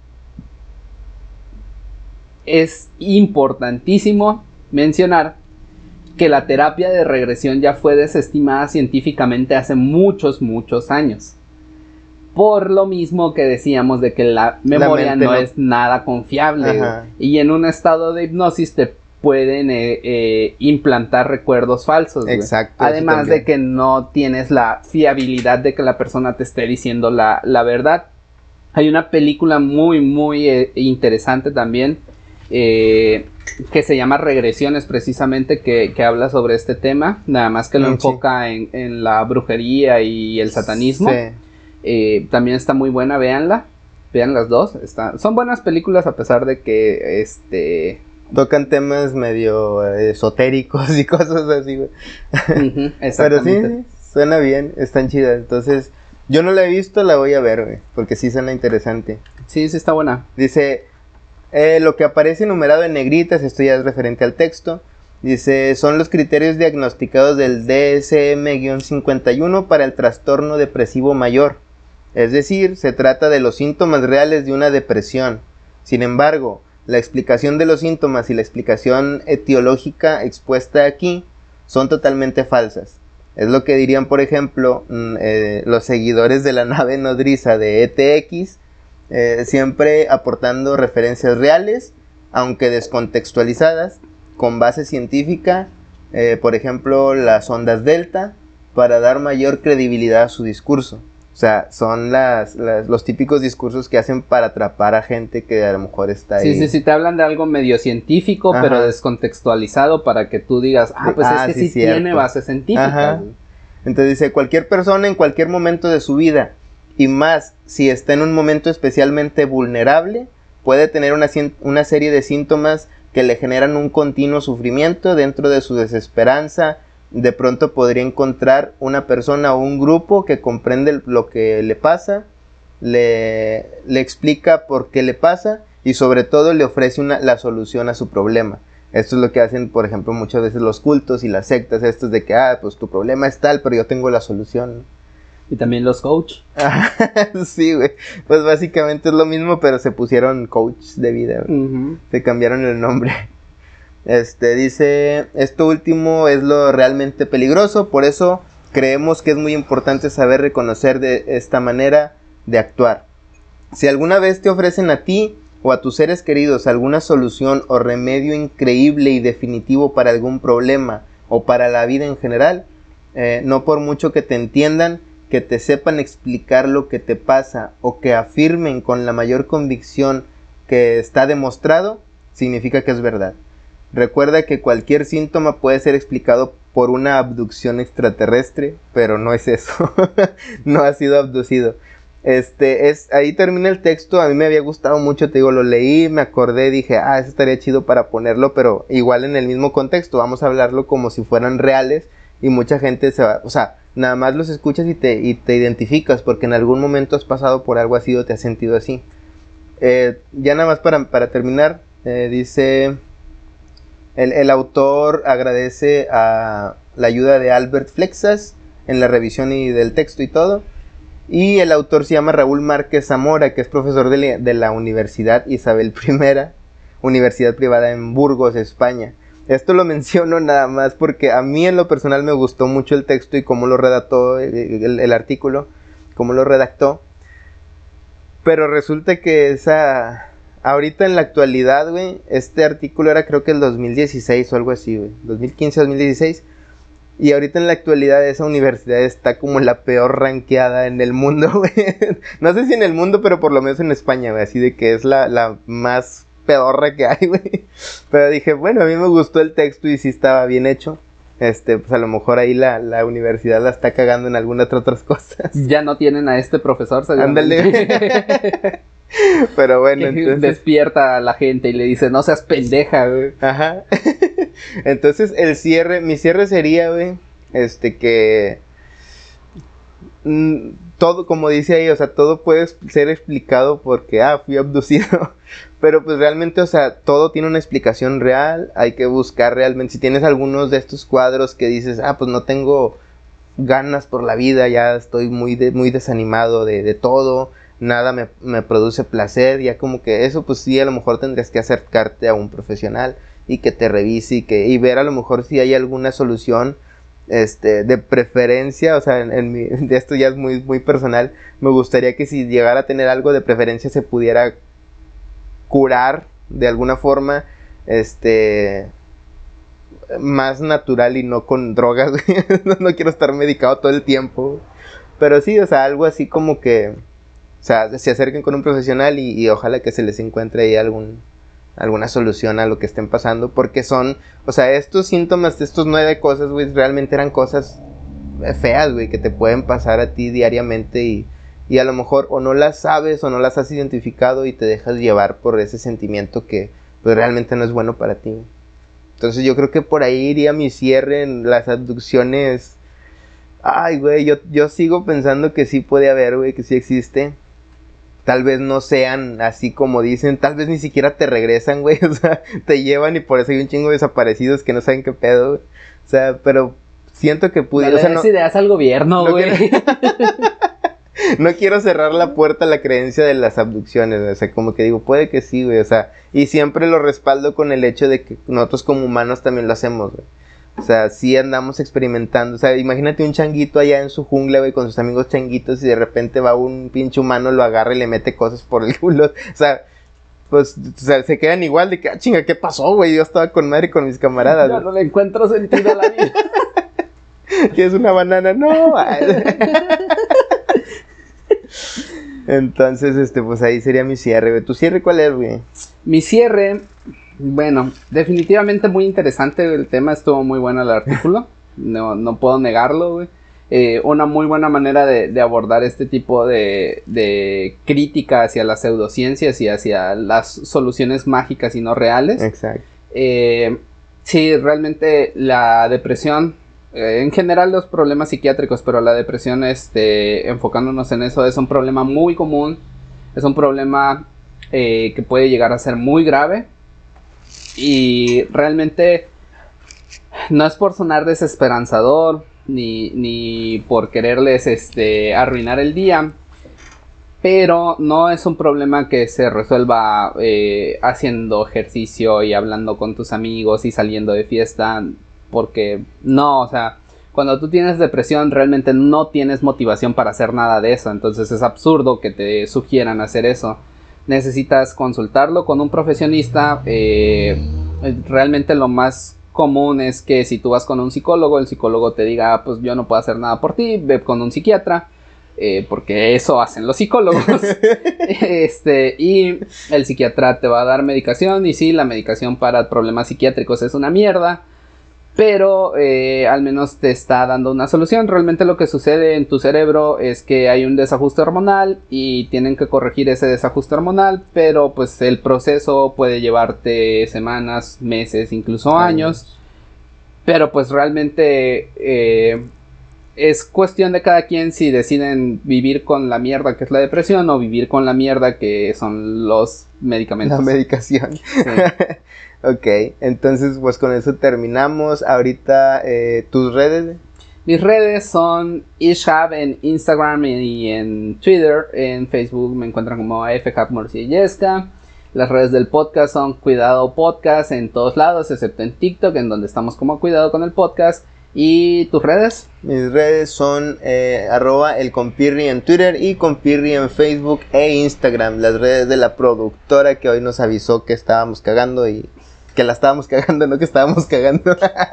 es importantísimo mencionar que la terapia de regresión ya fue desestimada científicamente hace muchos, muchos años. Por lo mismo que decíamos de que la memoria la no, no es nada confiable. Y en un estado de hipnosis te pueden eh, eh, implantar recuerdos falsos. Exacto. Además de que no tienes la fiabilidad de que la persona te esté diciendo la, la verdad. Hay una película muy, muy eh, interesante también, Eh, que se llama Regresiones, precisamente, que, que habla sobre este tema, nada más que lo mm, enfoca sí. en, en la brujería y el satanismo. Sí. Eh, también está muy buena, véanla, vean las dos, está, son buenas películas a pesar de que este tocan temas medio esotéricos y cosas así, güey. Uh-huh, pero sí, sí, suena bien, están chidas. Entonces, yo no la he visto, la voy a ver, güey, porque sí suena interesante. Sí, sí está buena. Dice... Eh, lo que aparece enumerado en negritas, esto ya es referente al texto, dice, son los criterios diagnosticados del D S M cincuenta y uno para el trastorno depresivo mayor. Es decir, se trata de los síntomas reales de una depresión. Sin embargo, la explicación de los síntomas y la explicación etiológica expuesta aquí son totalmente falsas. Es lo que dirían, por ejemplo, eh, los seguidores de la nave nodriza de E T X, Eh, siempre aportando referencias reales aunque descontextualizadas, con base científica, eh, por ejemplo, las ondas delta, para dar mayor credibilidad a su discurso. O sea, son las, las, los típicos discursos que hacen para atrapar a gente que a lo mejor está ahí. Sí, sí, sí, te hablan de algo medio científico, Ajá. pero descontextualizado para que tú digas, ah, pues ah, es que sí, sí tiene base científica. Entonces dice, cualquier persona en cualquier momento de su vida, y más si está en un momento especialmente vulnerable, puede tener una, una serie de síntomas que le generan un continuo sufrimiento dentro de su desesperanza. De pronto podría encontrar una persona o un grupo que comprende lo que le pasa, le, le explica por qué le pasa y sobre todo le ofrece una, la solución a su problema. Esto es lo que hacen, por ejemplo, muchas veces los cultos y las sectas, estos de que, ah, pues tu problema es tal, pero yo tengo la solución. Y también los coach. Sí, güey. Pues básicamente es lo mismo, pero se pusieron coach de vida. Uh-huh. Se cambiaron el nombre. Este, dice, esto último es lo realmente peligroso, por eso creemos que es muy importante saber reconocer de esta manera de actuar. Si alguna vez te ofrecen a ti o a tus seres queridos alguna solución o remedio increíble y definitivo para algún problema o para la vida en general, eh, no por mucho que te entiendan, que te sepan explicar lo que te pasa o que afirmen con la mayor convicción que está demostrado, significa que es verdad. Recuerda que cualquier síntoma puede ser explicado por una abducción extraterrestre, pero no es eso. No ha sido abducido. Este, es, ahí termina el texto. A mí me había gustado mucho, te digo, lo leí, me acordé, dije, ah, eso estaría chido para ponerlo, pero igual en el mismo contexto, vamos a hablarlo como si fueran reales y mucha gente se va, o sea, nada más los escuchas y te, y te identificas porque en algún momento has pasado por algo así o te has sentido así. Eh, ya nada más para, para terminar, eh, dice... El, el autor agradece a la ayuda de Albert Flexas en la revisión y del texto y todo. Y el autor se llama Raúl Márquez Zamora, que es profesor de la, de la Universidad Isabel primera, universidad privada en Burgos, España. Esto lo menciono nada más porque a mí en lo personal me gustó mucho el texto y cómo lo redactó el, el, el artículo, cómo lo redactó. Pero resulta que esa... Ahorita en la actualidad, güey, este artículo era creo que el dos mil dieciséis o algo así, güey, dos mil quince, dos mil dieciséis, y ahorita en la actualidad esa universidad está como la peor rankeada en el mundo, güey, no sé si en el mundo, pero por lo menos en España, güey, así de que es la, la más pedorra que hay, güey, pero dije, bueno, a mí me gustó el texto y sí estaba bien hecho. Este, pues a lo mejor ahí la, la universidad la está cagando en algunas otras cosas. Ya no tienen a este profesor, ¿sabes? Ándale. Pero bueno, entonces... Despierta a la gente y le dice, no seas pendeja, güey. Ajá. Entonces el cierre, mi cierre sería, güey, este que... Mmm, todo, como dice ahí, o sea, todo puede ser explicado porque, ah, fui abducido. Pero pues realmente, o sea, todo tiene una explicación real. Hay que buscar realmente, si tienes algunos de estos cuadros que dices, ah, pues no tengo ganas por la vida, ya estoy muy, de, muy desanimado de, de todo. Nada me, me produce placer, ya como que eso pues sí a lo mejor tendrías que acercarte a un profesional y que te revise y, que, y ver a lo mejor si hay alguna solución, este, de preferencia, o sea, en, en mi, de esto ya es muy, muy personal, me gustaría que si llegara a tener algo de preferencia se pudiera curar de alguna forma, este, más natural y no con drogas, no, no quiero estar medicado todo el tiempo, pero sí, o sea, algo así como que... O sea, se acerquen con un profesional y, y ojalá que se les encuentre ahí algún, alguna solución a lo que estén pasando. Porque son, o sea, estos síntomas, estos nueve cosas, güey, realmente eran cosas feas, güey, que te pueden pasar a ti diariamente y, y a lo mejor o no las sabes o no las has identificado y te dejas llevar por ese sentimiento que pues realmente no es bueno para ti. Entonces yo creo que por ahí iría mi cierre en las abducciones. Ay, güey, yo, yo sigo pensando que sí puede haber, güey, que sí existe. Tal vez no sean así como dicen, tal vez ni siquiera te regresan, güey, o sea, te llevan y por eso hay un chingo de desaparecidos que no saben qué pedo, güey. O sea, pero siento que pudiera... No o sea, le no, des ideas al gobierno, no güey. Quiero, no quiero cerrar la puerta a la creencia de las abducciones, güey. O sea, como que digo, puede que sí, güey, o sea, y siempre lo respaldo con el hecho de que nosotros como humanos también lo hacemos, güey. O sea, sí andamos experimentando. O sea, imagínate un changuito allá en su jungla, güey, con sus amigos changuitos y de repente va un pinche humano, lo agarra y le mete cosas por el culo. O sea, pues o sea, se quedan igual de que, ah, chinga, ¿qué pasó, güey? Yo estaba con madre con mis camaradas. Yo no le encuentro sentido a la vida. ¿Quieres una banana? No. Entonces, este, pues ahí sería mi cierre, güey. ¿Tu cierre cuál es, güey? Mi cierre, bueno, definitivamente muy interesante el tema, estuvo muy bueno el artículo, no, no puedo negarlo, güey. Eh, una muy buena manera de, de abordar este tipo de, de crítica hacia las pseudociencias y hacia las soluciones mágicas y no reales. Exacto. Eh, sí, realmente la depresión, eh, en general los problemas psiquiátricos, pero la depresión, este, enfocándonos en eso, es un problema muy común, es un problema eh, que puede llegar a ser muy grave y realmente no es por sonar desesperanzador, Ni, ni por quererles este, arruinar el día, pero no es un problema que se resuelva eh, haciendo ejercicio y hablando con tus amigos y saliendo de fiesta, porque no, o sea, cuando tú tienes depresión realmente no tienes motivación para hacer nada de eso, entonces es absurdo que te sugieran hacer eso. Necesitas consultarlo con un profesionista, eh, realmente lo más común es que si tú vas con un psicólogo, el psicólogo te diga, ah, pues yo no puedo hacer nada por ti, ve con un psiquiatra, eh, porque eso hacen los psicólogos. este, y el psiquiatra te va a dar medicación, y sí, la medicación para problemas psiquiátricos es una mierda, pero eh, al menos te está dando una solución. Realmente lo que sucede en tu cerebro es que hay un desajuste hormonal y tienen que corregir ese desajuste hormonal, pero pues el proceso puede llevarte semanas, meses, incluso años, pero pues realmente eh, es cuestión de cada quien si deciden vivir con la mierda que es la depresión o vivir con la mierda que son los medicamentos. La medicación. Sí. Ok, entonces pues con eso terminamos. Ahorita, eh, ¿tus redes? Mis redes son Ishab en Instagram y en Twitter. En Facebook me encuentran como fhabmorcillesca. Las redes del podcast son Cuidado Podcast en todos lados, excepto en TikTok, en donde estamos como Cuidado con el Podcast. ¿Y tus redes? Mis redes son eh, arroba el compirri en Twitter y compirri en Facebook e Instagram. Las redes de la productora que hoy nos avisó que estábamos cagando y... Que la estábamos cagando, no que estábamos cagando.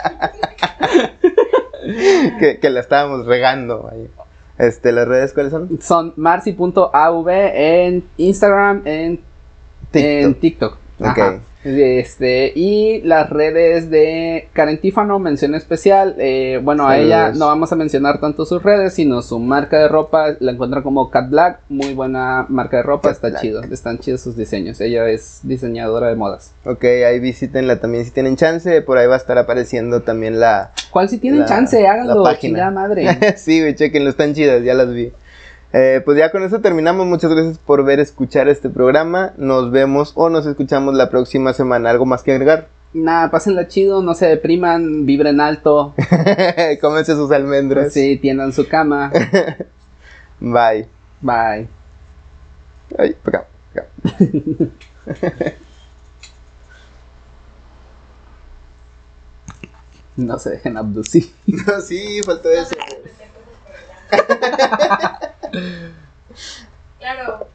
que, que la estábamos regando. Este, ¿las redes cuáles son? Son marci punto a v en Instagram, en TikTok. En TikTok. Ok. Ajá. Este, y las redes de Karen Tífano, mención especial. Eh, bueno, Saludos. A ella no vamos a mencionar tanto sus redes, sino su marca de ropa. La encuentran como Cat Black. Muy buena marca de ropa, Cat está Black. Chido. Están chidos sus diseños. Ella es diseñadora de modas. Ok, ahí visítenla también si tienen chance. Por ahí va a estar apareciendo también la. ¿Cuál si tienen la, chance? Háganlo, chingada madre. Sí, güey, chequenlo, están chidas, ya las vi. Eh, pues ya con eso terminamos. Muchas gracias por ver, escuchar este programa. Nos vemos o nos escuchamos la próxima semana. ¿Algo más que agregar? Nada, pásenla chido, no se depriman, vibren alto. Cómense sus almendras. Sí, tiendan su cama. Bye. Bye. Ay, para acá, para acá. No se dejen abducir. No, sí, faltó eso.